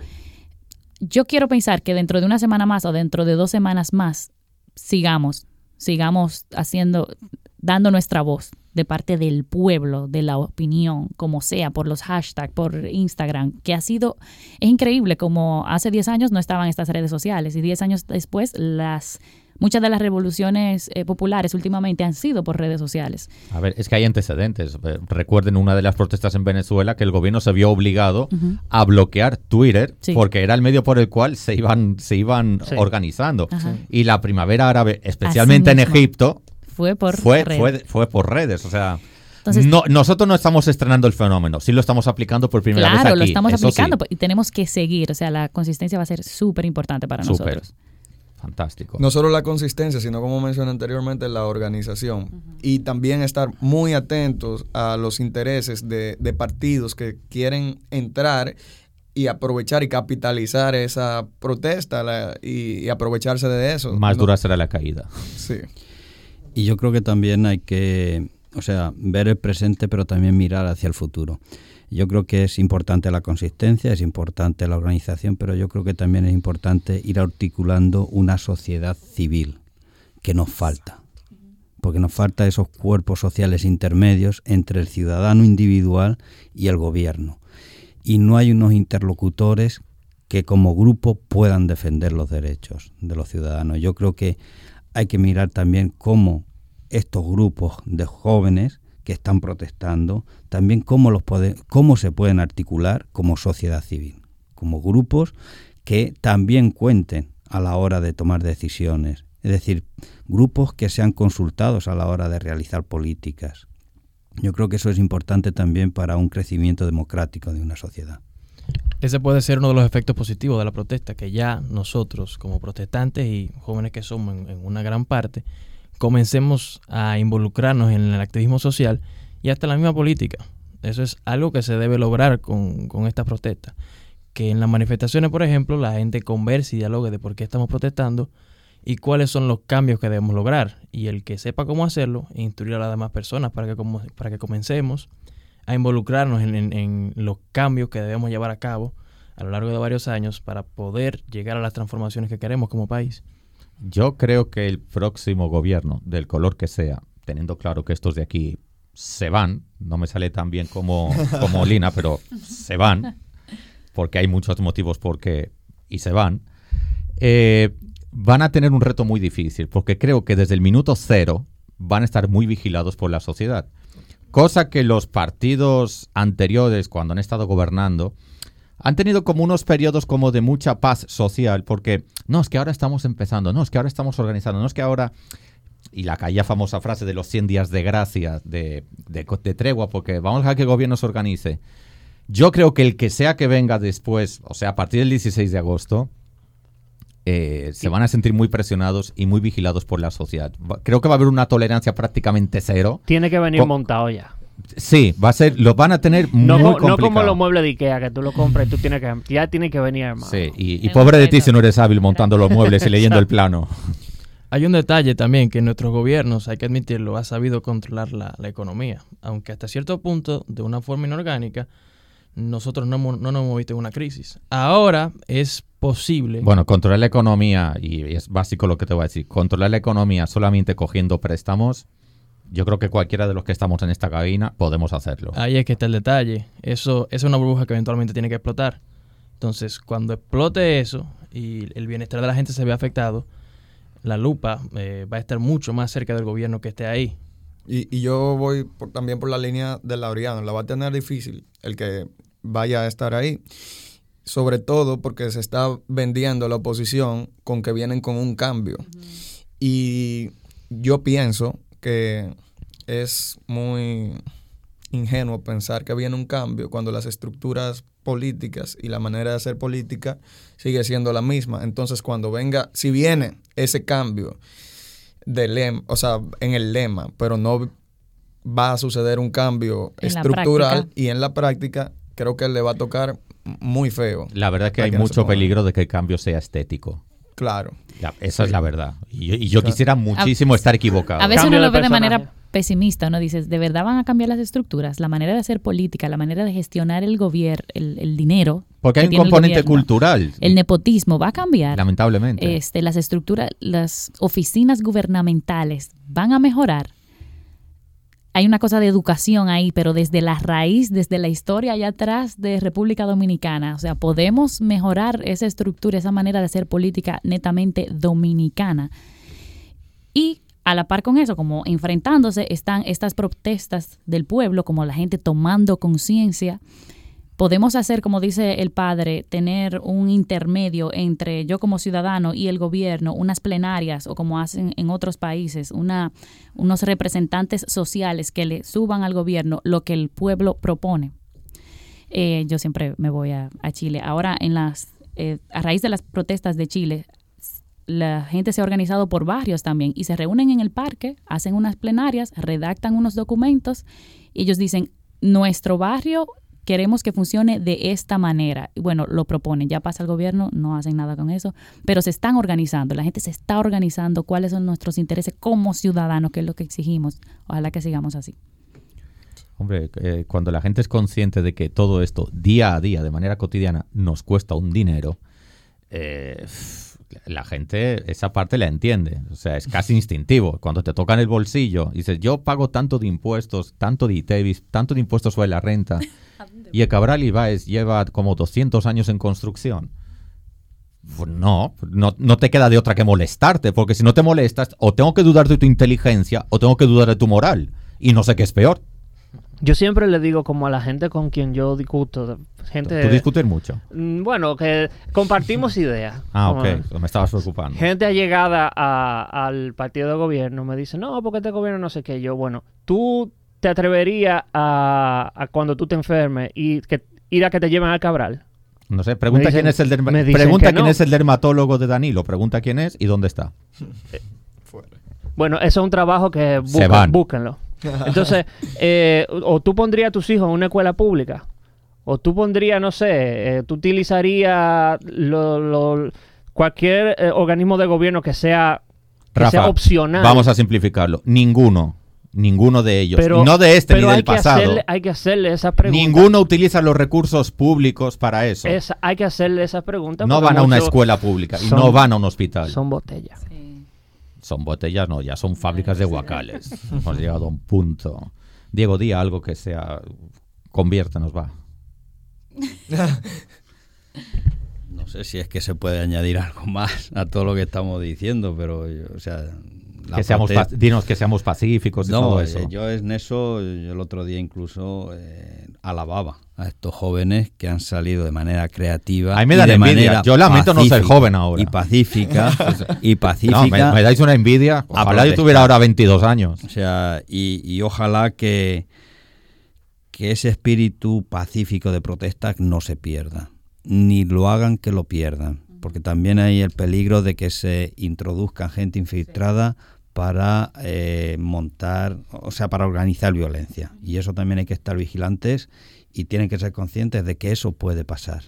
Yo quiero pensar que dentro de una semana más o dentro de dos semanas más sigamos, sigamos haciendo, dando nuestra voz de parte del pueblo, de la opinión, como sea, por los hashtags, por Instagram, que ha sido, es increíble como hace diez años no estaban estas redes sociales y diez años después las muchas de las revoluciones eh, populares últimamente han sido por redes sociales. A ver, es que hay antecedentes. Eh, Recuerden una de las protestas en Venezuela que el gobierno se vio obligado Ujú. a bloquear Twitter Sí. porque era el medio por el cual se iban, se iban Sí. organizando. Ajá. Y la primavera árabe, especialmente en mismo. Egipto, Fue por fue, red. fue, fue por redes. O sea, Entonces- no, nosotros no estamos estrenando el fenómeno, sí lo estamos aplicando por primera vez aquí. Claro, lo estamos eso aplicando sí. y tenemos que seguir. O sea, la consistencia va a ser súper importante para Súper. nosotros. Fantástico. No solo la consistencia, sino como mencioné anteriormente, la organización. Y también estar muy atentos a los intereses de, de partidos que quieren entrar y aprovechar y capitalizar esa protesta la- y, y aprovecharse de eso. Más No- dura será la caída. Sí. Y yo creo que también hay que, o sea, ver el presente, pero también mirar hacia el futuro. Yo creo que es importante la consistencia, es importante la organización, pero yo creo que también es importante ir articulando una sociedad civil que nos falta. Porque nos falta esos cuerpos sociales intermedios entre el ciudadano individual y el gobierno. Y no hay unos interlocutores que como grupo puedan defender los derechos de los ciudadanos. Yo creo que hay que mirar también cómo estos grupos de jóvenes que están protestando, también cómo, los puede, cómo se pueden articular como sociedad civil, como grupos que también cuenten a la hora de tomar decisiones, es decir, grupos que sean consultados a la hora de realizar políticas. Yo creo que eso es importante también para un crecimiento democrático de una sociedad. Ese puede ser uno de los efectos positivos de la protesta, que ya nosotros como protestantes y jóvenes que somos en, en una gran parte, comencemos a involucrarnos en el activismo social y hasta la misma política. Eso es algo que se debe lograr con, con estas protestas. Que en las manifestaciones, por ejemplo, la gente converse y dialogue de por qué estamos protestando y cuáles son los cambios que debemos lograr. Y el que sepa cómo hacerlo, instruir a las demás personas para que, como, para que comencemos a involucrarnos en, en, en los cambios que debemos llevar a cabo a lo largo de varios años para poder llegar a las transformaciones que queremos como país. Yo creo que el próximo gobierno, del color que sea, teniendo claro que estos de aquí se van, no me sale tan bien como, como Lina, pero se van, porque hay muchos motivos por qué, y se van, eh, van a tener un reto muy difícil, porque creo que desde el minuto cero van a estar muy vigilados por la sociedad. Cosa que los partidos anteriores, cuando han estado gobernando, han tenido como unos periodos como de mucha paz social, porque no, es que ahora estamos empezando, no, es que ahora estamos organizando, no, es que ahora... Y la aquella famosa frase de los cien días de gracia, de, de, de tregua, porque vamos a dejar que el gobierno se organice. Yo creo que el que sea que venga después, o sea, a partir del dieciséis de agosto, eh, se van a sentir muy presionados y muy vigilados por la sociedad. Creo que va a haber una tolerancia prácticamente cero. Tiene que venir Con- montado ya. Sí, va a ser, lo van a tener muy No, co- complicado. no como los muebles de Ikea, que tú lo compras y tú tienes que... Ya tiene que venir, hermano. Sí, y, y Es pobre de un ti reto. si no eres hábil montando los muebles y leyendo el plano. Hay un detalle también que nuestros gobiernos, hay que admitirlo, ha sabido controlar la, la economía. Aunque hasta cierto punto, de una forma inorgánica, nosotros no, hemos- no nos hemos visto en una crisis. Ahora es posible... Bueno, controlar la economía, y es básico lo que te voy a decir, controlar la economía solamente cogiendo préstamos, yo creo que cualquiera de los que estamos en esta cabina podemos hacerlo. Ahí es que está el detalle. Eso, eso es una burbuja que eventualmente tiene que explotar. Entonces, cuando explote eso y el bienestar de la gente se ve afectado, la lupa eh, va a estar mucho más cerca del gobierno que esté ahí. Y, y yo voy por- también por la línea de Laureano. La va a tener difícil el que vaya a estar ahí. Sobre todo porque se está vendiendo la oposición con que vienen con un cambio. Y yo pienso que es muy ingenuo pensar que viene un cambio cuando las estructuras políticas y la manera de hacer política sigue siendo la misma. Entonces, cuando venga, si viene ese cambio de lema, o sea, en el lema, pero no va a suceder un cambio En la estructural práctica. y en la práctica, creo que le va a tocar muy feo. La verdad es que Para hay que no se mucho ponga. peligro de que el cambio sea estético. Claro. Ya, esa es la verdad. Y yo, y yo quisiera muchísimo estar equivocado. A veces Cambio uno de lo ve de personaje. manera pesimista, ¿no? Dices, ¿de verdad van a cambiar las estructuras? La manera de hacer política, la manera de gestionar el gobierno, el, el dinero. Porque hay que un tiene el componente gobierno, cultural, El nepotismo va a cambiar. lamentablemente. Este, las estructuras, las oficinas gubernamentales van a mejorar. Hay una cosa de educación ahí, pero desde la raíz, desde la historia allá atrás de República Dominicana. O sea, podemos mejorar esa estructura, esa manera de hacer política netamente dominicana. Y a la par con eso, como enfrentándose, están estas protestas del pueblo, como la gente tomando conciencia. Podemos hacer, como dice el padre, tener un intermedio entre yo como ciudadano y el gobierno, unas plenarias o como hacen en otros países, una, unos representantes sociales que le suban al gobierno lo que el pueblo propone. Eh, yo siempre me voy a, a Chile. Ahora, en las, eh, a raíz de las protestas de Chile, la gente se ha organizado por barrios también y se reúnen en el parque, hacen unas plenarias, redactan unos documentos y ellos dicen, nuestro barrio queremos que funcione de esta manera. Y bueno, lo proponen, ya pasa el gobierno, no hacen nada con eso, pero se están organizando, la gente se está organizando, cuáles son nuestros intereses como ciudadanos, que es lo que exigimos. Ojalá que sigamos así. Hombre, eh, cuando la gente es consciente de que todo esto, día a día, de manera cotidiana, nos cuesta un dinero, eh, la gente esa parte la entiende. O sea, es casi instintivo. Cuando te tocan el bolsillo, dices, yo pago tanto de impuestos, tanto de ITEVIS, tanto de impuestos sobre la renta, y el Cabral Ibáez lleva como doscientos años en construcción. Pues no, no, no te queda de otra que molestarte, porque si no te molestas, o tengo que dudar de tu inteligencia, o tengo que dudar de tu moral. Y no sé qué es peor. Yo siempre le digo como a la gente con quien yo discuto, gente... Tú discutes mucho. Mm, Bueno, que compartimos ideas. Ah, Como- ok. Me estabas preocupando. Gente allegada a- al partido de gobierno me dice, no, porque este gobierno no sé qué. Yo, bueno, tú te atreverías a, a cuando tú te enfermes y que, ir a que te lleven al Cabral. No sé, pregunta Me dicen- quién es el derma- me dicen pregunta que quién no. es el dermatólogo de Danilo, pregunta quién es y dónde está. Bueno, eso es un trabajo que Se buscan, van. búsquenlo. Entonces, eh, o tú pondrías a tus hijos en una escuela pública, o tú pondrías, no sé, eh, tú utilizarías lo- lo- cualquier eh, organismo de gobierno que sea, que sea Rafa, opcional. vamos a simplificarlo. Ninguno, ninguno de ellos, Pero- no de este ni pero hay del que pasado. hacerle- hay que hacerle esa pregunta. Ninguno utiliza los recursos públicos para eso. Esa- hay que hacerle esa pregunta. No porque van a una muchos escuela pública y son- no van a un hospital. Son botellas. Son botellas, no, ya son fábricas de guacales. Hemos llegado a un punto. Diego, di algo que sea... Conviértenos, va. No sé si es que se puede añadir algo más a todo lo que estamos diciendo, pero, yo, o sea... la Que seamos parte- pa- dinos que seamos pacíficos y No, todo eh, eso. yo en eso, yo el otro día incluso eh, alababa a estos jóvenes que han salido de manera creativa. A mí me y da de envidia. manera Yo lamento no ser pacífica, joven ahora. Y pacífica. y pacífica. No, me, me dais una envidia. Ojalá yo protestar. tuviera ahora veintidós años. O sea, y, y ojalá que, que ese espíritu pacífico de protesta no se pierda, ni lo hagan que lo pierdan, porque también hay el peligro de que se introduzca gente infiltrada para eh, montar, o sea, para organizar violencia. Y eso también hay que estar vigilantes y tienen que ser conscientes de que eso puede pasar.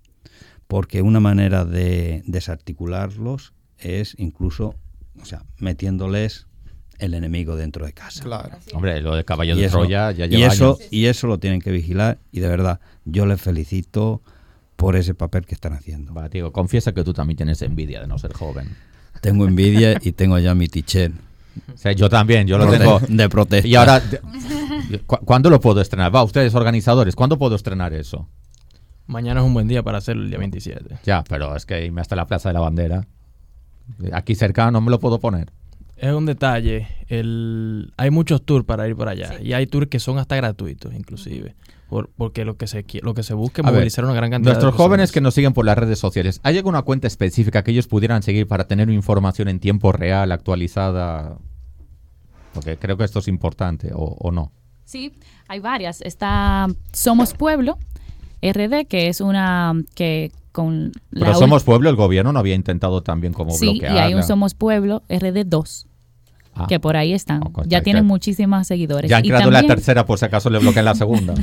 Porque una manera de desarticularlos es incluso, o sea, metiéndoles el enemigo dentro de casa. Claro. Hombre, lo de caballo Y de eso, Troya ya lleva y eso, años. y eso lo tienen que vigilar, y de verdad, yo les felicito por ese papel que están haciendo. Va, Diego, confiesa que tú también tienes envidia de no ser joven. Tengo envidia y tengo ya mi t-shirt. O sea, yo también, yo lo Prote- tengo. de protesta. Y ahora, de- ¿cu- ¿cuándo lo puedo estrenar? Va, ustedes organizadores, ¿cuándo puedo estrenar eso? Mañana es un buen día para hacerlo, el día veintisiete. Ya, pero es que irme hasta la Plaza de la Bandera. Aquí cerca no me lo puedo poner. Es un detalle. El, hay muchos tours para ir para allá. Sí. Y hay tours que son hasta gratuitos, inclusive. Por, porque lo que se qui- lo que se busca es A ver, movilizar una gran cantidad Nuestros de jóvenes que personas. nos siguen por las redes sociales, ¿hay alguna cuenta específica que ellos pudieran seguir para tener información en tiempo real, actualizada? Porque creo que esto es importante, ¿o, o no? Sí, hay varias. Está Somos Pueblo R D, que es una que con Pero la Somos Pueblo, el gobierno no había intentado también como Sí, y bloquearla. hay un Somos Pueblo R D dos, Ah, que por ahí están. Oh, pues Ya hay tienen que- muchísimas seguidores. ya han Y creado la también- tercera por si acaso le bloquean la segunda.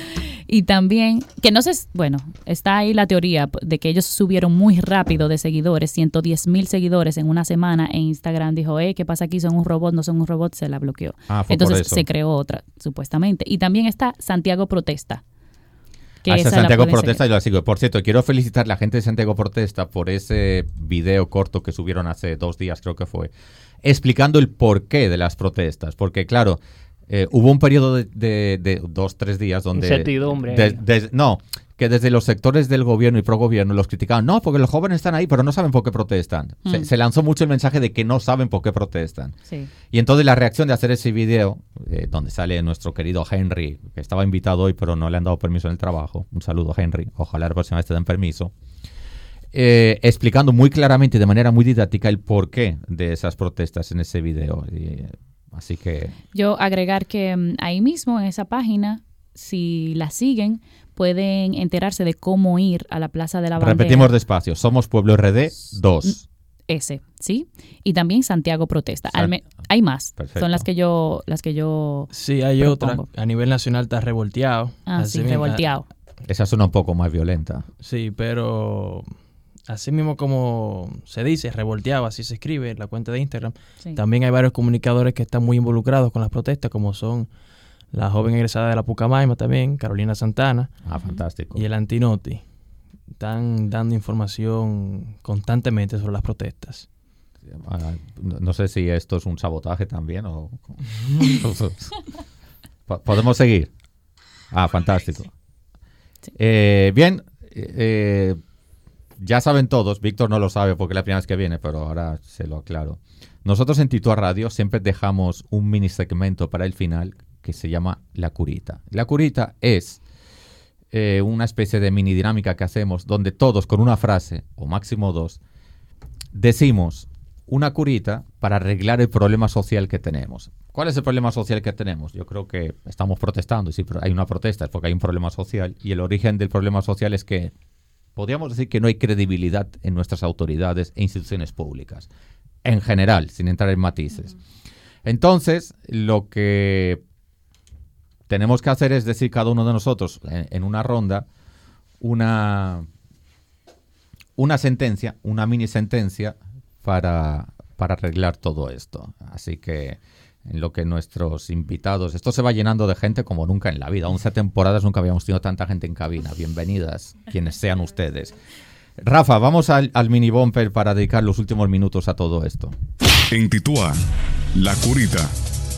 Y también, que no sé, bueno, está ahí la teoría de que ellos subieron muy rápido de seguidores, ciento diez mil seguidores en una semana en Instagram. Dijo, eh, ¿qué pasa aquí? Son un robot, no son un robot, se la bloqueó. Ah, fue Entonces por eso. se creó otra, supuestamente. Y también está Santiago Protesta. que Hasta esa la Santiago pueden Protesta seguir. yo la sigo. Por cierto, quiero felicitar a la gente de Santiago Protesta por ese video corto que subieron hace dos días, creo que fue, explicando el porqué de las protestas. Porque, claro, eh, hubo un periodo de, de, de dos, tres días donde... Incertidumbre de- ahí. de- no, que desde los sectores del gobierno y pro gobierno los criticaban. No, porque los jóvenes están ahí, pero no saben por qué protestan. Se, Mm. se lanzó mucho el mensaje de que no saben por qué protestan. Sí. Y entonces la reacción de hacer ese video, eh, donde sale nuestro querido Henry, que estaba invitado hoy, pero no le han dado permiso en el trabajo. Un saludo, Henry. Ojalá la próxima vez te den permiso. Eh, explicando muy claramente, de manera muy didáctica, el porqué de esas protestas en ese video. Y, eh, así que... Yo agregar que mm, ahí mismo en esa página, si la siguen, pueden enterarse de cómo ir a la Plaza de la Bandera. Repetimos despacio. Somos Pueblo R D dos. Ese, ¿sí? Y también Santiago Protesta. San- Al me- hay más. Perfecto. Son las que yo las que yo Sí, hay propongo. otra. A nivel nacional está revolteado. Ah, Así sí, mismo- revolteado. Esa suena un poco más violenta. Sí, pero así mismo como se dice, revolteado, así se escribe en la cuenta de Instagram. Sí. También hay varios comunicadores que están muy involucrados con las protestas, como son la joven egresada de la Pucamaima también, Carolina Santana, Ah, fantástico. y el Antinoti. Están dando información constantemente sobre las protestas. Ah, no no sé si esto es un sabotaje también o... Po- ¿Podemos seguir? Ah, fantástico. Eh, bien, eh, ya saben todos, Víctor no lo sabe porque es la primera vez que viene, pero ahora se lo aclaro. Nosotros en Titua Radio siempre dejamos un mini segmento para el final que se llama La Curita. La Curita es eh, una especie de mini dinámica que hacemos donde todos con una frase, o máximo dos, decimos una curita para arreglar el problema social que tenemos. ¿Cuál es el problema social que tenemos? Yo creo que estamos protestando, y si hay una protesta es porque hay un problema social, y el origen del problema social es que podríamos decir que no hay credibilidad en nuestras autoridades e instituciones públicas, en general, sin entrar en matices. Entonces, lo que tenemos que hacer es decir cada uno de nosotros en, en una ronda una, una sentencia, una mini sentencia para, para arreglar todo esto. Así que en lo que nuestros invitados... Esto se va llenando de gente como nunca en la vida. once temporadas nunca habíamos tenido tanta gente en cabina. Bienvenidas, quienes sean ustedes. Rafa, vamos al, al mini bumper para dedicar los últimos minutos a todo esto. En Titua, La Curita.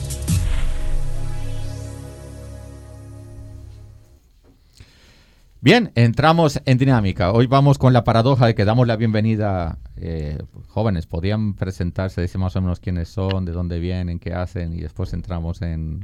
Bien, entramos en dinámica. Hoy vamos con la paradoja de que damos la bienvenida. Eh, jóvenes, podrían presentarse, decir más o menos quiénes son, de dónde vienen, qué hacen, y después entramos en...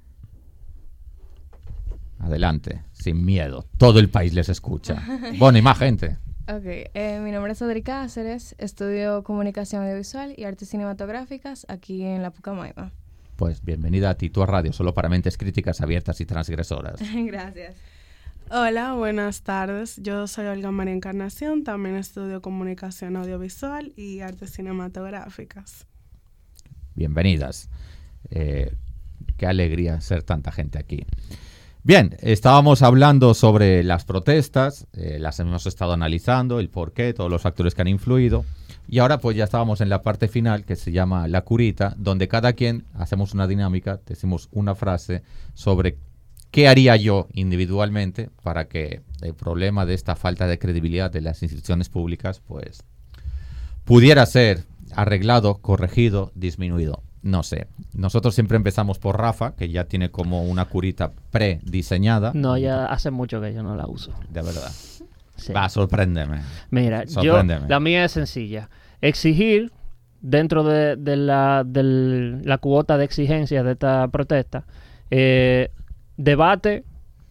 Adelante, sin miedo. Todo el país les escucha. Bueno, y más gente. Ok, eh, mi nombre es Odrica Cáceres, estudio Comunicación Audiovisual y Artes Cinematográficas aquí en la Pucamaima. Pues bienvenida a Titua Radio, solo para mentes críticas, abiertas y transgresoras. Gracias. Hola, buenas tardes. Yo soy Olga María Encarnación, también estudio comunicación audiovisual y artes cinematográficas. Bienvenidas. Eh, qué alegría ser tanta gente aquí. Bien, estábamos hablando sobre las protestas, eh, las hemos estado analizando, el porqué, todos los factores que han influido. Y ahora pues ya estábamos en la parte final que se llama la curita, donde cada quien hacemos una dinámica, decimos una frase sobre qué haría yo individualmente para que el problema de esta falta de credibilidad de las instituciones públicas pues pudiera ser arreglado, corregido, disminuido. No sé. Nosotros siempre empezamos por Rafa, que ya tiene como una curita prediseñada. No, ya hace mucho que yo no la uso. De verdad. Sí. Va, sorpréndeme. Mira, sorpréndeme. yo, la mía es sencilla. Exigir dentro de, de, la, de la cuota de exigencias de esta protesta, eh, debate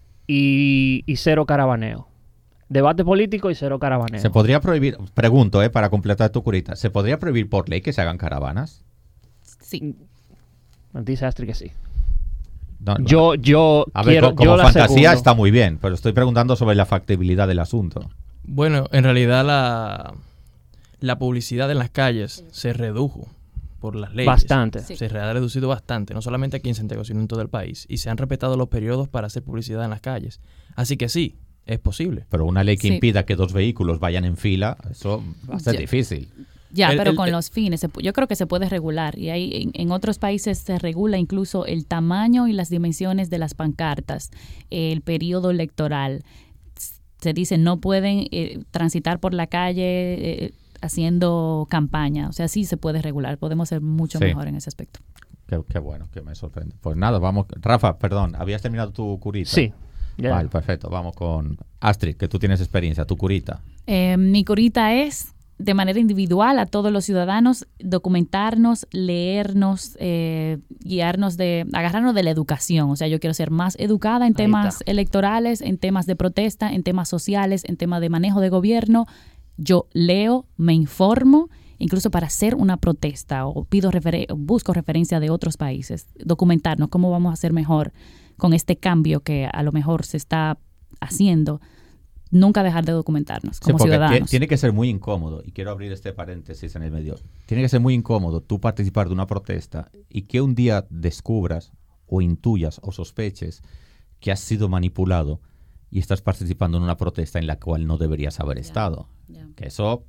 y, y cero caravaneo. Debate político y cero caravaneo. ¿Se podría prohibir, pregunto, eh, para completar tu curita, ¿se podría prohibir por ley que se hagan caravanas? Sí. Dice Astrid que sí. No, no. Yo, yo A ver, quiero, como yo la fantasía aseguro. está muy bien, pero estoy preguntando sobre la factibilidad del asunto. Bueno, en realidad la, la publicidad en las calles se redujo por las leyes. Bastante. Sí. Se ha reducido bastante, no solamente aquí en Santiago, sino en todo el país. Y se han respetado los periodos para hacer publicidad en las calles. Así que sí, es posible. Pero una ley que Sí. impida que dos vehículos vayan en fila, eso va a ser Ya. difícil. Ya, El- pero el- con el- los fines, se pu- yo creo que se puede regular. Y hay, en, en otros países se regula incluso el tamaño y las dimensiones de las pancartas, el periodo electoral. Se dice no pueden eh, transitar por la calle eh, haciendo campaña. O sea, sí se puede regular. Podemos ser mucho Sí. mejor en ese aspecto. Qué, qué bueno, que me sorprende. Pues nada, vamos. Rafa, perdón, ¿habías terminado tu curita? Sí. Ya. Vale, perfecto. Vamos con Astrid, que tú tienes experiencia, tu curita. Eh, mi curita es, de manera individual, a todos los ciudadanos, documentarnos, leernos, eh, guiarnos de, agarrarnos de la educación. O sea, yo quiero ser más educada en Ahí temas está. electorales, en temas de protesta, en temas sociales, en temas de manejo de gobierno. Yo leo, me informo, incluso para hacer una protesta o pido referen- busco referencia de otros países. Documentarnos cómo vamos a hacer mejor con este cambio que a lo mejor se está haciendo. Nunca dejar de documentarnos como Sí, porque ciudadanos. ti- tiene que ser muy incómodo, y quiero abrir este paréntesis en el medio, tiene que ser muy incómodo tú participar de una protesta y que un día descubras o intuyas o sospeches que has sido manipulado y estás participando en una protesta en la cual no deberías haber Ya, estado. ya. Que eso,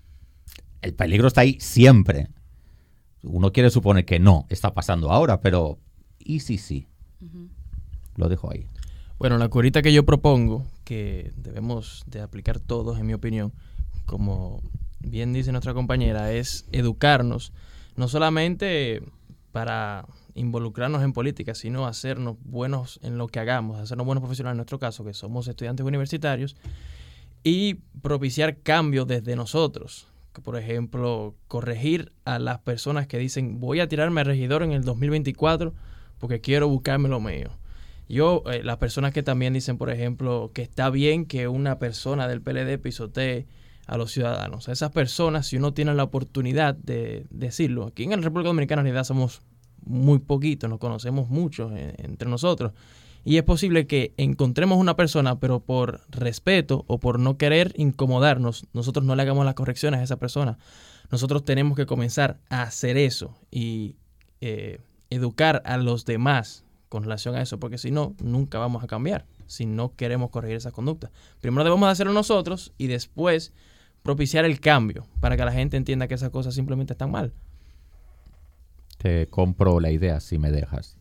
el peligro está ahí siempre. Uno quiere suponer que no está pasando ahora, pero ¿y si sí? Ujú. Lo dejo ahí. Bueno, la curita que yo propongo, que debemos de aplicar todos, en mi opinión, como bien dice nuestra compañera, es educarnos, no solamente para involucrarnos en política, sino hacernos buenos en lo que hagamos, hacernos buenos profesionales en nuestro caso, que somos estudiantes universitarios, y propiciar cambios desde nosotros. Que, por ejemplo, corregir a las personas que dicen, voy a tirarme a regidor en el dos mil veinticuatro porque quiero buscarme lo mío. Yo, eh, las personas que también dicen, por ejemplo, que está bien que una persona del P L D pisotee a los ciudadanos. A esas personas, si uno tiene la oportunidad de decirlo, aquí en la República Dominicana en realidad somos muy poquitos, nos conocemos muchos eh, entre nosotros, y es posible que encontremos una persona, pero por respeto o por no querer incomodarnos, nosotros no le hagamos las correcciones a esa persona. Nosotros tenemos que comenzar a hacer eso y eh, educar a los demás con relación a eso, porque si no, nunca vamos a cambiar, si no queremos corregir esas conductas. Primero debemos hacerlo nosotros y después propiciar el cambio para que la gente entienda que esas cosas simplemente están mal. Te compro la idea si me dejas.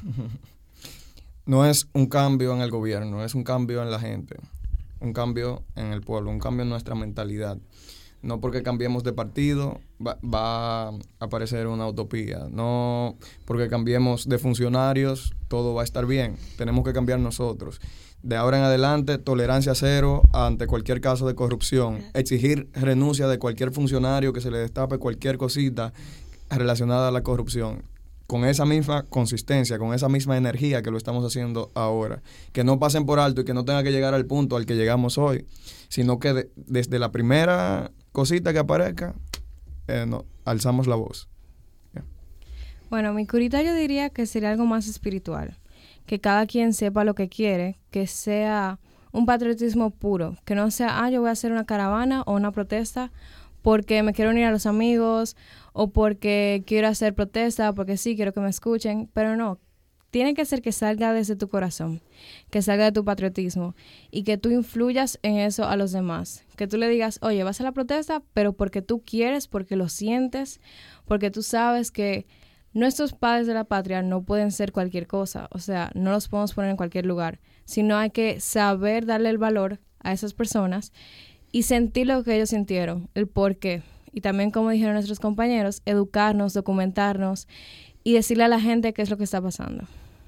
No es un cambio en el gobierno, es un cambio en la gente, un cambio en el pueblo, un cambio en nuestra mentalidad. No porque cambiemos de partido va, va a aparecer una utopía. No porque cambiemos de funcionarios todo va a estar bien. Tenemos que cambiar nosotros. De ahora en adelante, tolerancia cero ante cualquier caso de corrupción. Exigir renuncia de cualquier funcionario que se le destape cualquier cosita relacionada a la corrupción. Con esa misma consistencia, con esa misma energía que lo estamos haciendo ahora. Que no pasen por alto y que no tenga que llegar al punto al que llegamos hoy, sino que de, desde la primera cosita que aparezca, eh, no, alzamos la voz. Yeah. Bueno, mi curita yo diría que sería algo más espiritual. Que cada quien sepa lo que quiere, que sea un patriotismo puro, que no sea, ah, yo voy a hacer una caravana o una protesta porque me quiero unir a los amigos o porque quiero hacer protesta, porque sí, quiero que me escuchen, pero no. Tiene que ser que salga desde tu corazón, que salga de tu patriotismo y que tú influyas en eso a los demás. Que tú le digas, oye, vas a la protesta, pero porque tú quieres, porque lo sientes, porque tú sabes que nuestros padres de la patria no pueden ser cualquier cosa. O sea, no los podemos poner en cualquier lugar, sino hay que saber darle el valor a esas personas y sentir lo que ellos sintieron, el por qué. Y también, como dijeron nuestros compañeros, educarnos, documentarnos y decirle a la gente qué es lo que está pasando.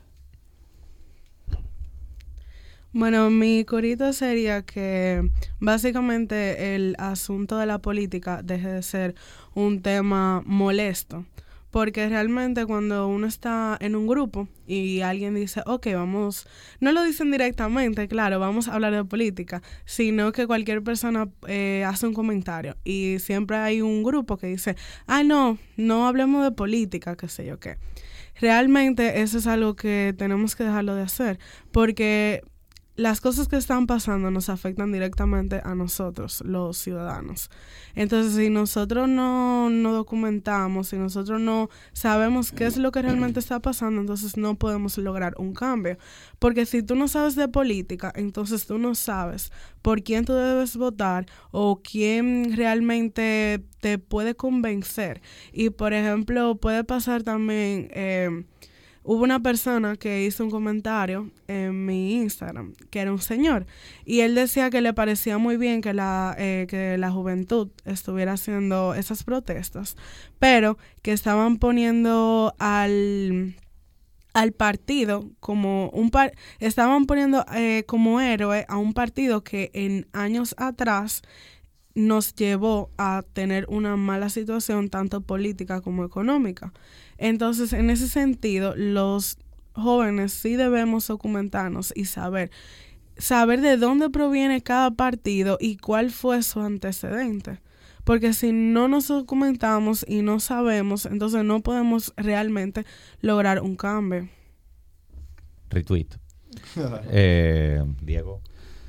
Bueno, mi corito sería que básicamente el asunto de la política deje de ser un tema molesto. Porque realmente cuando uno está en un grupo y alguien dice, ok, vamos, no lo dicen directamente, claro, vamos a hablar de política, sino que cualquier persona eh, hace un comentario y siempre hay un grupo que dice, ah, no, no hablemos de política, qué sé yo qué. Realmente eso es algo que tenemos que dejarlo de hacer, porque las cosas que están pasando nos afectan directamente a nosotros, los ciudadanos. Entonces, si nosotros no, no documentamos, si nosotros no sabemos qué es lo que realmente está pasando, entonces no podemos lograr un cambio. Porque si tú no sabes de política, entonces tú no sabes por quién tú debes votar o quién realmente te puede convencer. Y, por ejemplo, puede pasar también... Eh, Hubo una persona que hizo un comentario en mi Instagram, que era un señor, y él decía que le parecía muy bien que la, eh, que la juventud estuviera haciendo esas protestas, pero que estaban poniendo al, al partido como un par, estaban poniendo eh, como héroe a un partido que en años atrás nos llevó a tener una mala situación tanto política como económica. Entonces, en ese sentido, los jóvenes sí debemos documentarnos y saber, saber de dónde proviene cada partido y cuál fue su antecedente. Porque si no nos documentamos y no sabemos, entonces no podemos realmente lograr un cambio. Retweet. eh, Diego.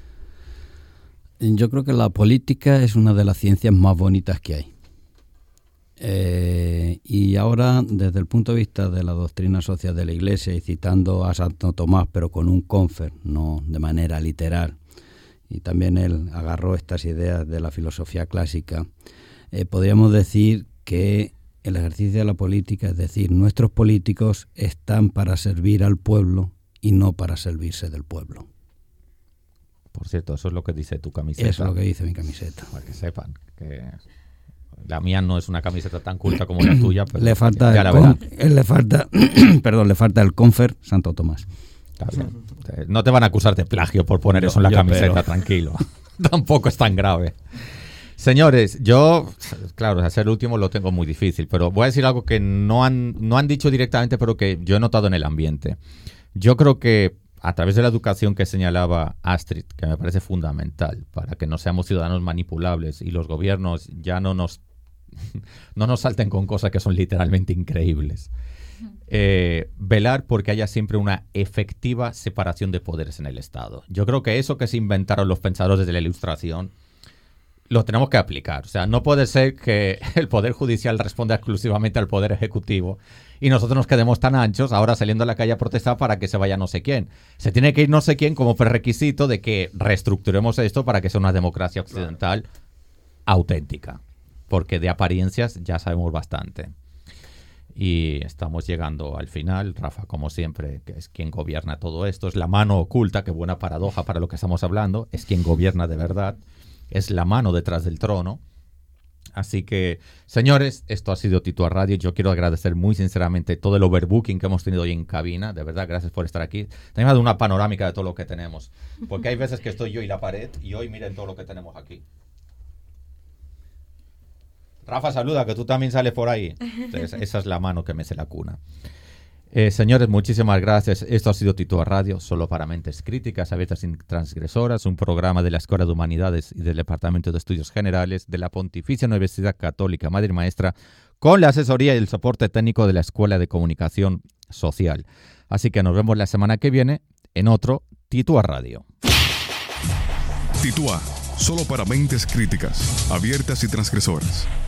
Yo creo que la política es una de las ciencias más bonitas que hay. Eh, y ahora, desde el punto de vista de la doctrina social de la Iglesia, y citando a Santo Tomás, pero con un confer, no de manera literal, y también él agarró estas ideas de la filosofía clásica, eh, podríamos decir que el ejercicio de la política, es decir, nuestros políticos están para servir al pueblo y no para servirse del pueblo. Por cierto, eso es lo que dice tu camiseta. Eso es lo que dice mi camiseta. Para que sepan que la mía no es una camiseta tan culta como la tuya, pero le falta ya el la con, verán. le falta, perdón, le falta el confer Santo Tomás. Está bien. No te van a acusar de plagio por poner yo, eso en la camiseta, pero... tranquilo. Tampoco es tan grave. Señores, yo, claro, hacer el último lo tengo muy difícil, pero voy a decir algo que no han, no han dicho directamente, pero que yo he notado en el ambiente. Yo creo que a través de la educación que señalaba Astrid, que me parece fundamental para que no seamos ciudadanos manipulables y los gobiernos ya no nos, no nos salten con cosas que son literalmente increíbles. Eh, velar porque haya siempre una efectiva separación de poderes en el Estado. Yo creo que eso que se inventaron los pensadores de la Ilustración lo tenemos que aplicar. O sea, no puede ser que el Poder Judicial responda exclusivamente al Poder Ejecutivo y nosotros nos quedemos tan anchos ahora saliendo a la calle a protestar para que se vaya no sé quién. Se tiene que ir no sé quién como prerequisito de que reestructuremos esto para que sea una democracia occidental claro. auténtica. Porque de apariencias ya sabemos bastante. Y estamos llegando al final. Rafa, como siempre, que es quien gobierna todo esto. Es la mano oculta, qué buena paradoja para lo que estamos hablando. Es quien gobierna de verdad. Es la mano detrás del trono. Así que, señores, esto ha sido Titua Radio. Yo quiero agradecer muy sinceramente todo el overbooking que hemos tenido hoy en cabina. De verdad, gracias por estar aquí. También me ha dado una panorámica de todo lo que tenemos. Porque hay veces que estoy yo y la pared, y hoy miren todo lo que tenemos aquí. Rafa, saluda, que tú también sales por ahí. Entonces, esa es la mano que mece la cuna. Eh, señores, muchísimas gracias. Esto ha sido Titua Radio, solo para mentes críticas, abiertas y transgresoras, un programa de la Escuela de Humanidades y del Departamento de Estudios Generales de la Pontificia Universidad Católica Madre y Maestra, con la asesoría y el soporte técnico de la Escuela de Comunicación Social. Así que nos vemos la semana que viene en otro Titua Radio. Titua, solo para mentes críticas, abiertas y transgresoras.